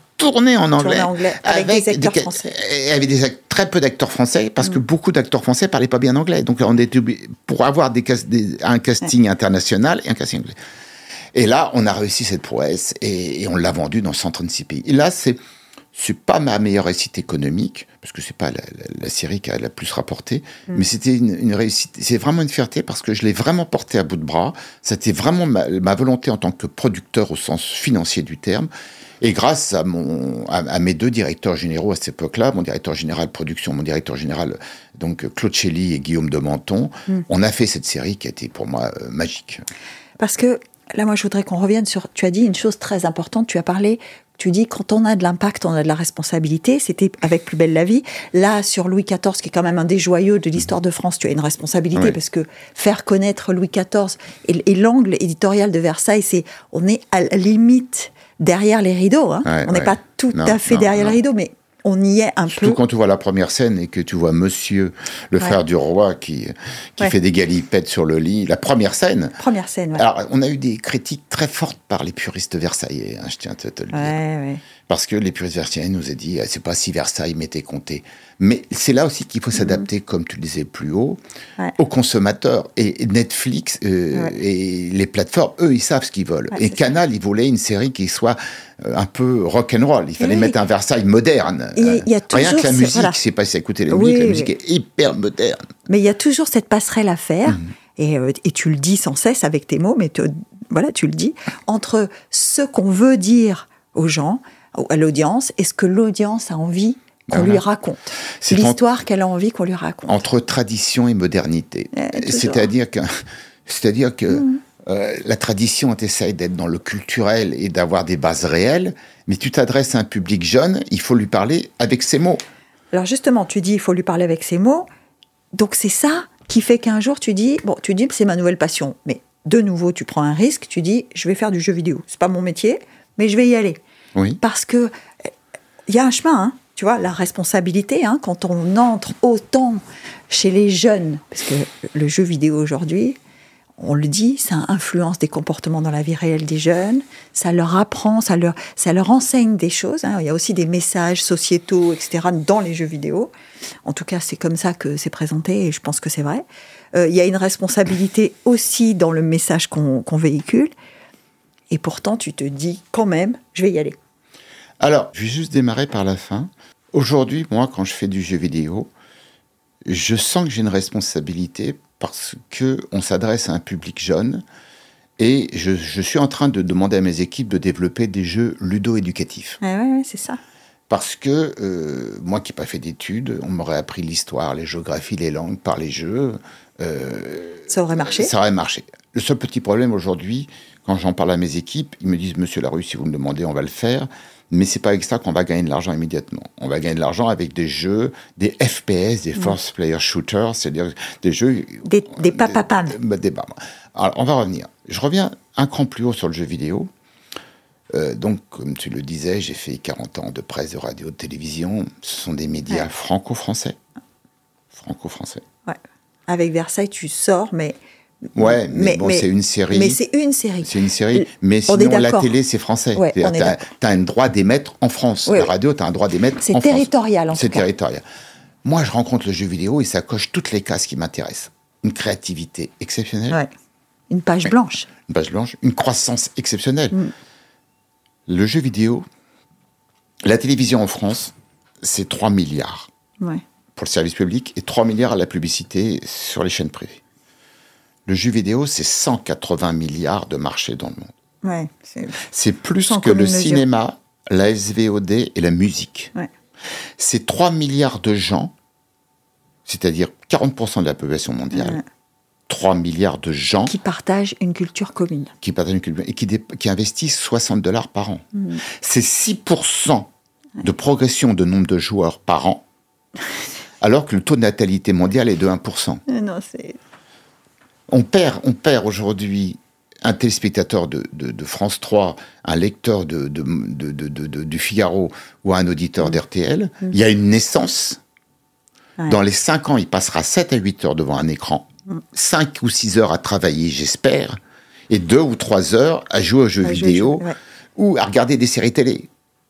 Avec des acteurs français. Avec très peu d'acteurs français, parce que beaucoup d'acteurs français ne parlaient pas bien anglais. Donc, on était pour avoir un casting international et un casting anglais. Et là, on a réussi cette prouesse et on l'a vendu dans 136 pays. Et là, c'est pas ma meilleure réussite économique, parce que c'est pas la série qui a la plus rapporté, mais c'était une réussite. C'est vraiment une fierté parce que je l'ai vraiment porté à bout de bras. C'était vraiment ma volonté en tant que producteur au sens financier du terme. Et grâce à mes 2 directeurs généraux à cette époque-là, mon directeur général production, mon directeur général donc Claude Chély et Guillaume de Menton, on a fait cette série qui a été pour moi magique. Parce que là, moi, je voudrais qu'on revienne sur... Tu as dit une chose très importante, tu dis quand on a de l'impact, on a de la responsabilité. C'était avec Plus belle la vie. Là, sur Louis XIV, qui est quand même un des joyaux de l'histoire de France, tu as une responsabilité parce que faire connaître Louis XIV et l'angle éditorial de Versailles, on est à la limite derrière les rideaux. Hein. On n'est pas tout à fait derrière les rideaux, mais on y est un peu. Surtout quand tu vois la première scène et que tu vois Monsieur, le frère du roi, qui fait des galipettes sur le lit. La première scène. Alors, on a eu des critiques très fortes par les puristes versaillais, je tiens à te le dire. Parce que les puristes versaillais nous ont dit, c'est pas si Versailles m'était compté. Mais c'est là aussi qu'il faut s'adapter, comme tu le disais plus haut, aux consommateurs. Et Netflix et les plateformes, eux, ils savent ce qu'ils veulent. Et Canal, ils voulaient une série qui soit un peu rock'n'roll. Il fallait mettre un Versailles moderne. Y a toujours rien que la musique, je sais pas si écouter la musique, la musique est hyper moderne. Mais il y a toujours cette passerelle à faire, et tu le dis sans cesse avec tes mots, mais tu le dis, entre ce qu'on veut dire aux gens, à l'audience, et ce que l'audience a envie qu'on lui raconte. C'est l'histoire qu'elle a envie qu'on lui raconte. Entre tradition et modernité. C'est-à-dire que la tradition, tu essaies d'être dans le culturel et d'avoir des bases réelles, mais tu t'adresses à un public jeune, il faut lui parler avec ses mots. Alors justement, tu dis il faut lui parler avec ses mots, donc c'est ça qui fait qu'un jour tu dis c'est ma nouvelle passion, mais de nouveau tu prends un risque, tu dis je vais faire du jeu vidéo, c'est pas mon métier, mais je vais y aller. Oui. Parce que il y a un chemin, hein, tu vois, la responsabilité, hein, quand on entre autant chez les jeunes, parce que le jeu vidéo aujourd'hui, on le dit, ça influence des comportements dans la vie réelle des jeunes, ça leur apprend, ça leur enseigne des choses. Hein. Il y a aussi des messages sociétaux, etc., dans les jeux vidéo. En tout cas, c'est comme ça que c'est présenté, et je pense que c'est vrai. Il y a une responsabilité aussi dans le message qu'on véhicule, et pourtant, tu te dis quand même, je vais y aller. Alors, je vais juste démarrer par la fin. Aujourd'hui, moi, quand je fais du jeu vidéo, je sens que j'ai une responsabilité parce qu'on s'adresse à un public jeune et je suis en train de demander à mes équipes de développer des jeux ludo-éducatifs. Oui, c'est ça. Parce que moi qui n'ai pas fait d'études, on m'aurait appris l'histoire, les géographies, les langues par les jeux. Ça aurait marché. Ça aurait marché. Le seul petit problème aujourd'hui, quand j'en parle à mes équipes, ils me disent « Monsieur Larue, si vous me demandez, on va le faire ». Mais c'est pas avec ça qu'on va gagner de l'argent immédiatement. On va gagner de l'argent avec des jeux, des FPS, des First Player Shooters, c'est-à-dire des jeux... Des papapam. Alors, on va revenir. Je reviens un cran plus haut sur le jeu vidéo. Donc, comme tu le disais, j'ai fait 40 ans de presse, de radio, de télévision. Ce sont des médias franco-français. Franco-français. Ouais. Avec Versailles, tu sors, mais... Ouais, mais c'est une série. Mais c'est une série. C'est une série, mais sinon la télé, c'est français. Ouais, tu as un droit d'émettre en France. La radio, tu as un droit d'émettre en France. C'est territorial, en tout cas. C'est territorial. Moi, je rencontre le jeu vidéo et ça coche toutes les cases qui m'intéressent. Une créativité exceptionnelle. Ouais. Une page blanche. Une page blanche. Une croissance exceptionnelle. Le jeu vidéo, la télévision en France, c'est 3 milliards pour le service public et 3 milliards à la publicité sur les chaînes privées. Le jeu vidéo, c'est 180 milliards de marché dans le monde. Ouais, c'est plus que le cinéma, la SVOD et la musique. Ouais. C'est 3 milliards de gens, c'est-à-dire 40% de la population mondiale, 3 milliards de gens... Qui partagent une culture commune. Qui partagent une culture et qui investissent $60 par an. C'est 6% de progression de nombre de joueurs par an. alors que le taux de natalité mondial est de 1%. Non, c'est... On perd aujourd'hui un téléspectateur de France 3, un lecteur du Figaro ou un auditeur d'RTL. Il y a une naissance. Ouais. Dans les 5 ans, il passera 7 à 8 heures devant un écran, 5 ou 6 heures à travailler, j'espère, et 2 ou 3 heures à jouer aux jeux vidéo ou à regarder des séries télé.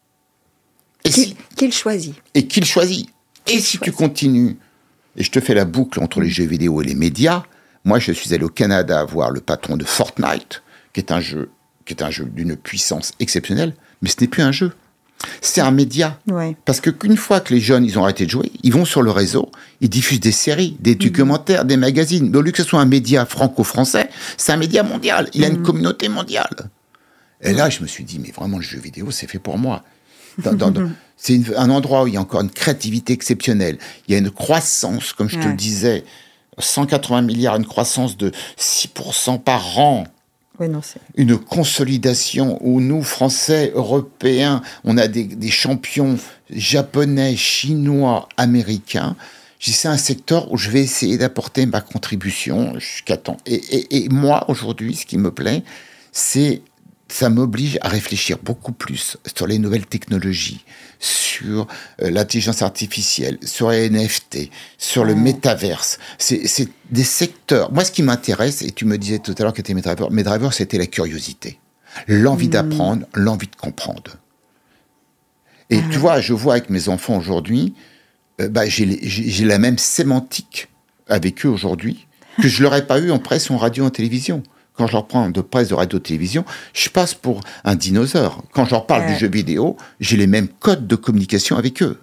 Qu'il choisit. Et qu'il choisit. Et si tu continues, et je te fais la boucle entre les jeux vidéo et les médias, moi je suis allé au Canada voir le patron de Fortnite, qui est un jeu d'une puissance exceptionnelle, mais ce n'est plus un jeu. C'est un média. Ouais. Parce qu'une fois que les jeunes ils ont arrêté de jouer, ils vont sur le réseau, ils diffusent des séries, des documentaires, des magazines. Mais au lieu que ce soit un média franco-français, c'est un média mondial. Il a une communauté mondiale. Et là, je me suis dit, mais vraiment, le jeu vidéo, c'est fait pour moi. C'est un endroit où il y a encore une créativité exceptionnelle. Il y a une croissance, comme je te le disais, 180 milliards, une croissance de 6% par an. Oui, non, c'est... Une consolidation où nous, Français, Européens, on a des champions japonais, chinois, américains. C'est un secteur où je vais essayer d'apporter ma contribution jusqu'à temps. Et moi, aujourd'hui, ce qui me plaît, c'est ça m'oblige à réfléchir beaucoup plus sur les nouvelles technologies, sur l'intelligence artificielle, sur les NFT, sur le métaverse. C'est des secteurs. Moi, ce qui m'intéresse, et tu me disais tout à l'heure que c'était mes drivers, c'était la curiosité, l'envie d'apprendre, l'envie de comprendre. Et tu vois, je vois avec mes enfants aujourd'hui, j'ai la même sémantique avec eux aujourd'hui que je l'aurais pas eu en presse, en radio, en télévision. Quand je leur prends de presse, de radio, de télévision, je passe pour un dinosaure. Quand je leur parle du jeu vidéo, j'ai les mêmes codes de communication avec eux.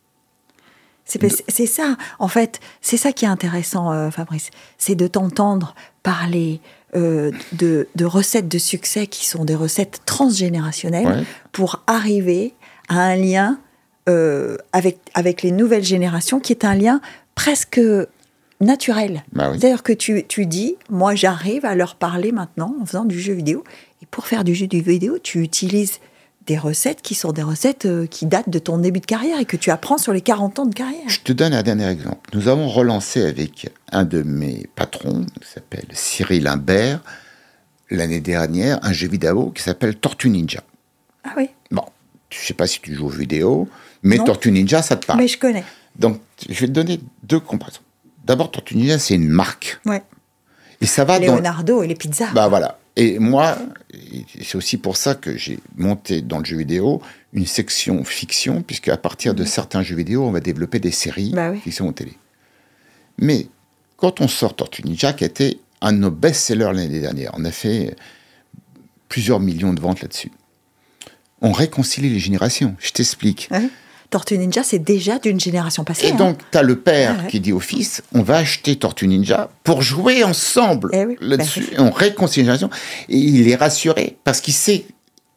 C'est ça, en fait, c'est ça qui est intéressant, Fabrice. C'est de t'entendre parler de recettes de succès qui sont des recettes transgénérationnelles pour arriver à un lien avec les nouvelles générations qui est un lien presque naturel. C'est-à-dire que tu dis, moi j'arrive à leur parler maintenant en faisant du jeu vidéo. Et pour faire du jeu vidéo, tu utilises des recettes qui sont des recettes qui datent de ton début de carrière et que tu apprends sur les 40 ans de carrière. Je te donne un dernier exemple. Nous avons relancé avec un de mes patrons, qui s'appelle Cyril Imbert, l'année dernière, un jeu vidéo qui s'appelle Tortue Ninja. Ah oui. Bon, je ne sais pas si tu joues aux vidéos, mais Tortue Ninja, ça te parle. Mais je connais. Donc, je vais te donner 2 comparaisons. D'abord, Tortue Ninja, c'est une marque. Ouais. Et ça va Leonardo et les pizzas. Voilà. Et moi, c'est aussi pour ça que j'ai monté dans le jeu vidéo une section fiction, puisque à partir de certains jeux vidéo, on va développer des séries fiction ou télé. Mais quand on sort Tortue Ninja, qui a été un de nos best-sellers l'année dernière, on a fait plusieurs millions de ventes là-dessus. On réconcilie les générations. Je t'explique. Ouais. Tortue Ninja, c'est déjà d'une génération passée. Et donc, tu as le père qui dit au fils, on va acheter Tortue Ninja pour jouer ensemble là-dessus. Et on réconcilie les générations. Et il est rassuré parce qu'il sait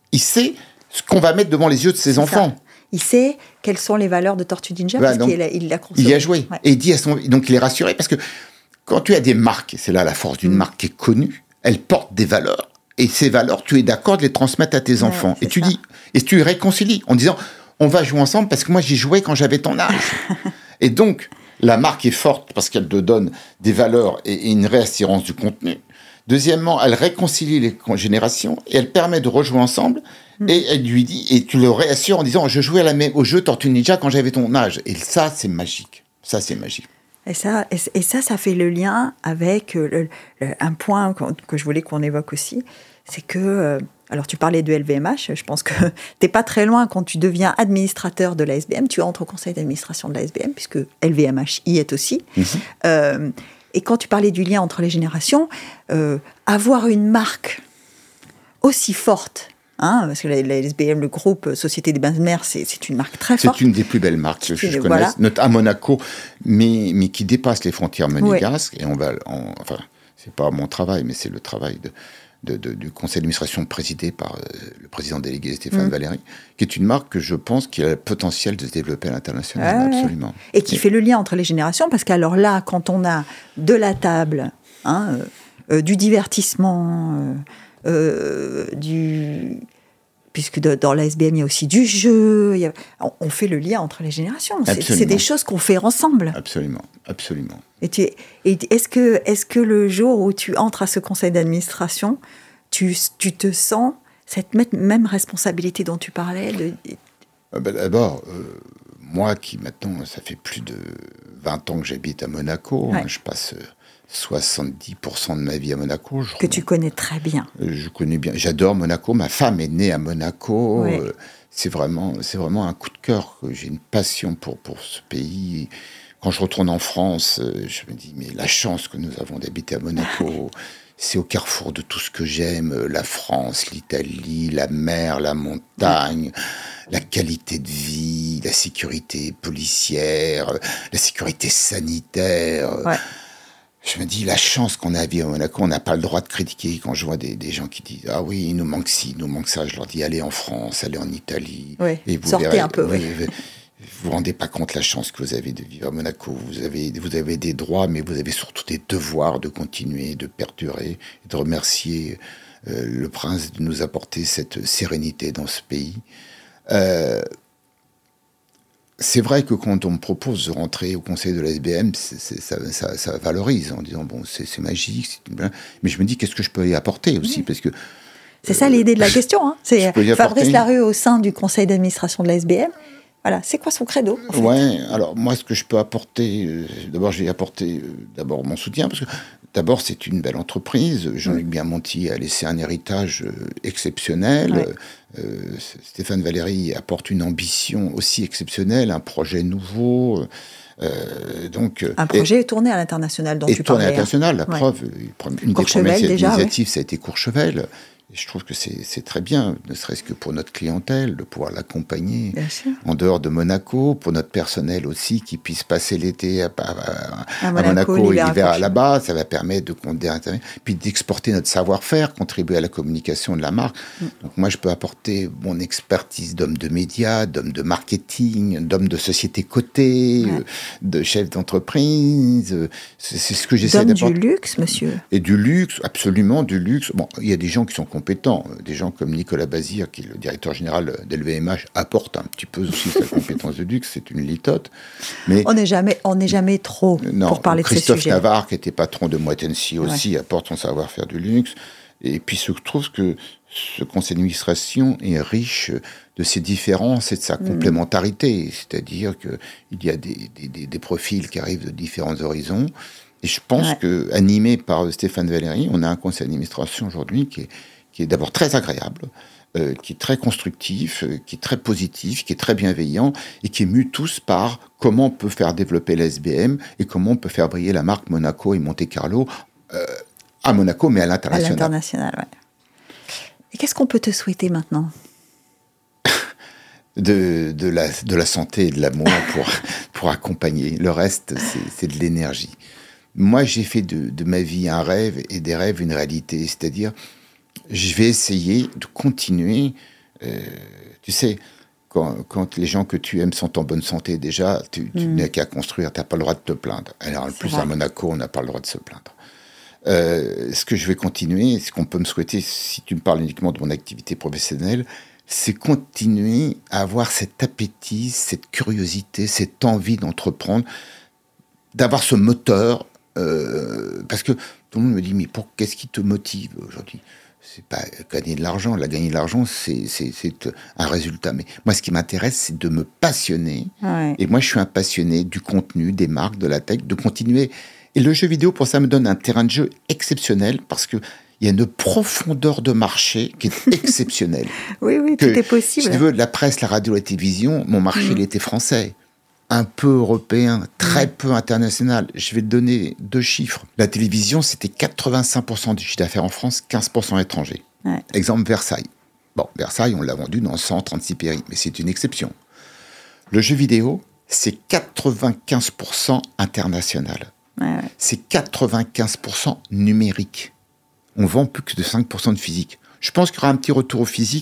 ce qu'on va mettre devant les yeux de ses enfants. Ça. Il sait quelles sont les valeurs de Tortue Ninja parce qu'il l'a consommé. Il y a joué. Ouais. Et il dit donc il est rassuré parce que quand tu as des marques, et c'est là la force d'une marque qui est connue, elle porte des valeurs. Et ces valeurs, tu es d'accord de les transmettre à tes enfants. Et tu dis, et tu les réconcilies en disant, on va jouer ensemble parce que moi, j'y jouais quand j'avais ton âge. Et donc, la marque est forte parce qu'elle te donne des valeurs et une réassurance du contenu. Deuxièmement, elle réconcilie les générations et elle permet de rejouer ensemble. Et elle lui dit, et tu le réassures en disant, je jouais au jeu Tortue Ninja quand j'avais ton âge. Et ça, c'est magique. Ça, c'est magique. Et ça fait le lien avec un point que je voulais qu'on évoque aussi. C'est que... Alors, tu parlais de LVMH, je pense que tu n'es pas très loin quand tu deviens administrateur de la SBM. Tu entres au conseil d'administration de la SBM, puisque LVMH y est aussi. Et quand tu parlais du lien entre les générations, avoir une marque aussi forte, parce que la SBM, le groupe Société des Bains de Mer, c'est une marque très forte. C'est une des plus belles marques que je connaisse, à Monaco, mais qui dépasse les frontières monégasques. Et c'est pas mon travail, mais c'est le travail du conseil d'administration présidé par le président délégué Stéphane Valéry, qui est une marque que je pense qui a le potentiel de se développer à l'international, absolument. Et qui fait le lien entre les générations, parce qu'alors là, quand on a de la table, du divertissement, puisque dans la SBM, il y a aussi du jeu. On fait le lien entre les générations. C'est des choses qu'on fait ensemble. Absolument, absolument. Et est-ce que le jour où tu entres à ce conseil d'administration, tu te sens cette même responsabilité dont tu parlais D'abord, moi qui maintenant, ça fait plus de 20 ans que j'habite à Monaco, je passe 70% de ma vie à Monaco. Que tu connais très bien. Je connais bien. J'adore Monaco. Ma femme est née à Monaco. C'est vraiment un coup de cœur. J'ai une passion pour ce pays. Quand je retourne en France, je me dis, mais la chance que nous avons d'habiter à Monaco, c'est au carrefour de tout ce que j'aime. La France, l'Italie, la mer, la montagne, la qualité de vie, la sécurité policière, la sécurité sanitaire. Je me dis, la chance qu'on a à vivre à Monaco, on n'a pas le droit de critiquer. Quand je vois des gens qui disent, ah oui, il nous manque ci, il nous manque ça, je leur dis, allez en France, allez en Italie. Et vous sortez un peu. Vous vous rendez pas compte la chance que vous avez de vivre à Monaco. Vous avez des droits, mais vous avez surtout des devoirs de continuer, de perdurer, et de remercier le prince de nous apporter cette sérénité dans ce pays. C'est vrai que quand on me propose de rentrer au conseil de la SBM, ça valorise en disant, bon, c'est magique, mais je me dis, qu'est-ce que je peux y apporter aussi, parce que... C'est ça l'idée de la question. Hein. C'est Fabrice Larue au sein du conseil d'administration de la SBM. Voilà, c'est quoi son credo en fait ? Ouais, alors moi, ce que je peux apporter, d'abord, j'ai apporté d'abord mon soutien, parce que d'abord, c'est une belle entreprise. Jean-Luc Biamonti a laissé un héritage exceptionnel. Stéphane Valéry apporte une ambition aussi exceptionnelle, un projet nouveau. Un projet tourné à l'international dont tu parlais. Tourné à l'international, la preuve, une des premières initiatives, ça a été Courchevel. Et je trouve que c'est très bien, ne serait-ce que pour notre clientèle, de pouvoir l'accompagner en dehors de Monaco, pour notre personnel aussi, qui puisse passer l'été à Monaco et l'hiver là-bas. Ça va permettre puis d'exporter notre savoir-faire, contribuer à la communication de la marque. Donc moi, je peux apporter mon expertise d'homme de médias, d'homme de marketing, d'homme de société cotée, de chef d'entreprise. C'est ce que j'essaie d'apporter. Du luxe, monsieur. Et du luxe, absolument, du luxe. Bon, il y a des gens qui sont compétents. Des gens comme Nicolas Bazir, qui est le directeur général d'LVMH, apporte un petit peu aussi sa compétence de luxe. C'est une litote. Mais on n'est jamais trop pour parler de ces sujets. Christophe Navarre, qui était patron de Moët & Cie aussi, apporte son savoir-faire du luxe. Et puis, je trouve que ce conseil d'administration est riche de ses différences et de sa complémentarité. C'est-à-dire qu'il y a des profils qui arrivent de différents horizons. Et je pense que, animé par Stéphane Valéry, on a un conseil d'administration aujourd'hui qui est d'abord très agréable, qui est très constructif, qui est très positif, qui est très bienveillant et qui est mu tous par comment on peut faire développer la SBM et comment on peut faire briller la marque Monaco et Monte-Carlo à Monaco, mais à l'international. À l'international, oui. Et qu'est-ce qu'on peut te souhaiter maintenant ? De la santé et de l'amour pour accompagner. Le reste, c'est de l'énergie. Moi, j'ai fait de ma vie un rêve et des rêves une réalité. C'est-à-dire, je vais essayer de continuer. Tu sais, quand les gens que tu aimes sont en bonne santé, déjà, tu n'as qu'à construire. Tu n'as pas le droit de te plaindre. Alors, en plus, à Monaco, on n'a pas le droit de se plaindre. Ce que je vais continuer, ce qu'on peut me souhaiter, si tu me parles uniquement de mon activité professionnelle, c'est continuer à avoir cet appétit, cette curiosité, cette envie d'entreprendre, d'avoir ce moteur. Parce que tout le monde me dit, mais qu'est-ce qui te motive aujourd'hui ? C'est pas gagner de l'argent. Gagner de l'argent, c'est un résultat. Mais moi, ce qui m'intéresse, c'est de me passionner. Et moi, je suis un passionné du contenu, des marques, de la tech, de continuer. Et le jeu vidéo, pour ça, me donne un terrain de jeu exceptionnel parce que il y a une profondeur de marché qui est exceptionnelle. Oui, tout est possible. Si tu veux, la presse, la radio, la télévision, mon marché, il était français. Un peu européen, très peu international. Je vais te donner 2 chiffres. La télévision, c'était 85% du chiffre d'affaires en France, 15% étranger. Exemple, Versailles. Bon, Versailles, on l'a vendu dans 136 pays, mais c'est une exception. Le jeu vidéo, c'est 95% international. C'est 95% numérique. On vend plus que de 5% de physique. Je pense qu'il y aura un petit retour au physique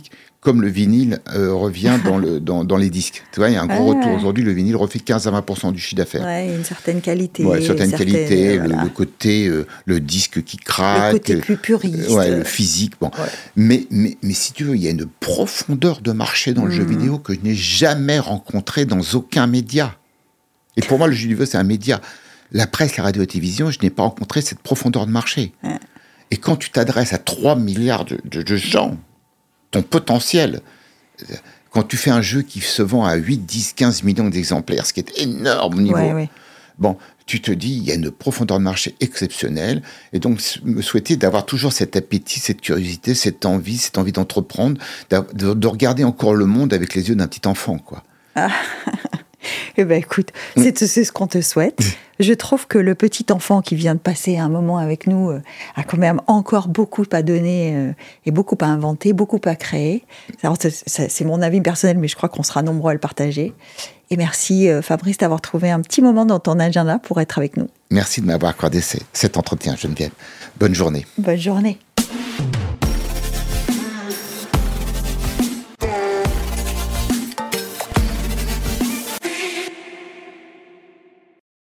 comme le vinyle revient dans les disques. Tu vois, il y a un gros retour. Aujourd'hui, le vinyle refait 15 à 20% du chiffre d'affaires. Ouais, une certaine qualité. Ouais, certaine qualité, voilà. le côté, le disque qui craque. Le côté plus puriste. Ouais, le physique. Bon. Ouais. Mais si tu veux, il y a une profondeur de marché dans le jeu vidéo que je n'ai jamais rencontrée dans aucun média. Et pour moi, le jeu vidéo, c'est un média. La presse, la radio et la télévision, je n'ai pas rencontré cette profondeur de marché. Ouais. Et quand tu t'adresses à 3 milliards de gens, ton potentiel, quand tu fais un jeu qui se vend à 8, 10, 15 millions d'exemplaires, ce qui est énorme au niveau, bon, tu te dis, il y a une profondeur de marché exceptionnelle, et donc me souhaiter d'avoir toujours cet appétit, cette curiosité, cette envie d'entreprendre, de regarder encore le monde avec les yeux d'un petit enfant, quoi. Ah. Eh bien, écoute, c'est ce qu'on te souhaite. Je trouve que le petit enfant qui vient de passer un moment avec nous a quand même encore beaucoup à donner et beaucoup à inventer, beaucoup à créer. Alors, c'est mon avis personnel, mais je crois qu'on sera nombreux à le partager. Et merci, Fabrice, d'avoir trouvé un petit moment dans ton agenda pour être avec nous. Merci de m'avoir accordé cet entretien, Geneviève. Bonne journée. Bonne journée.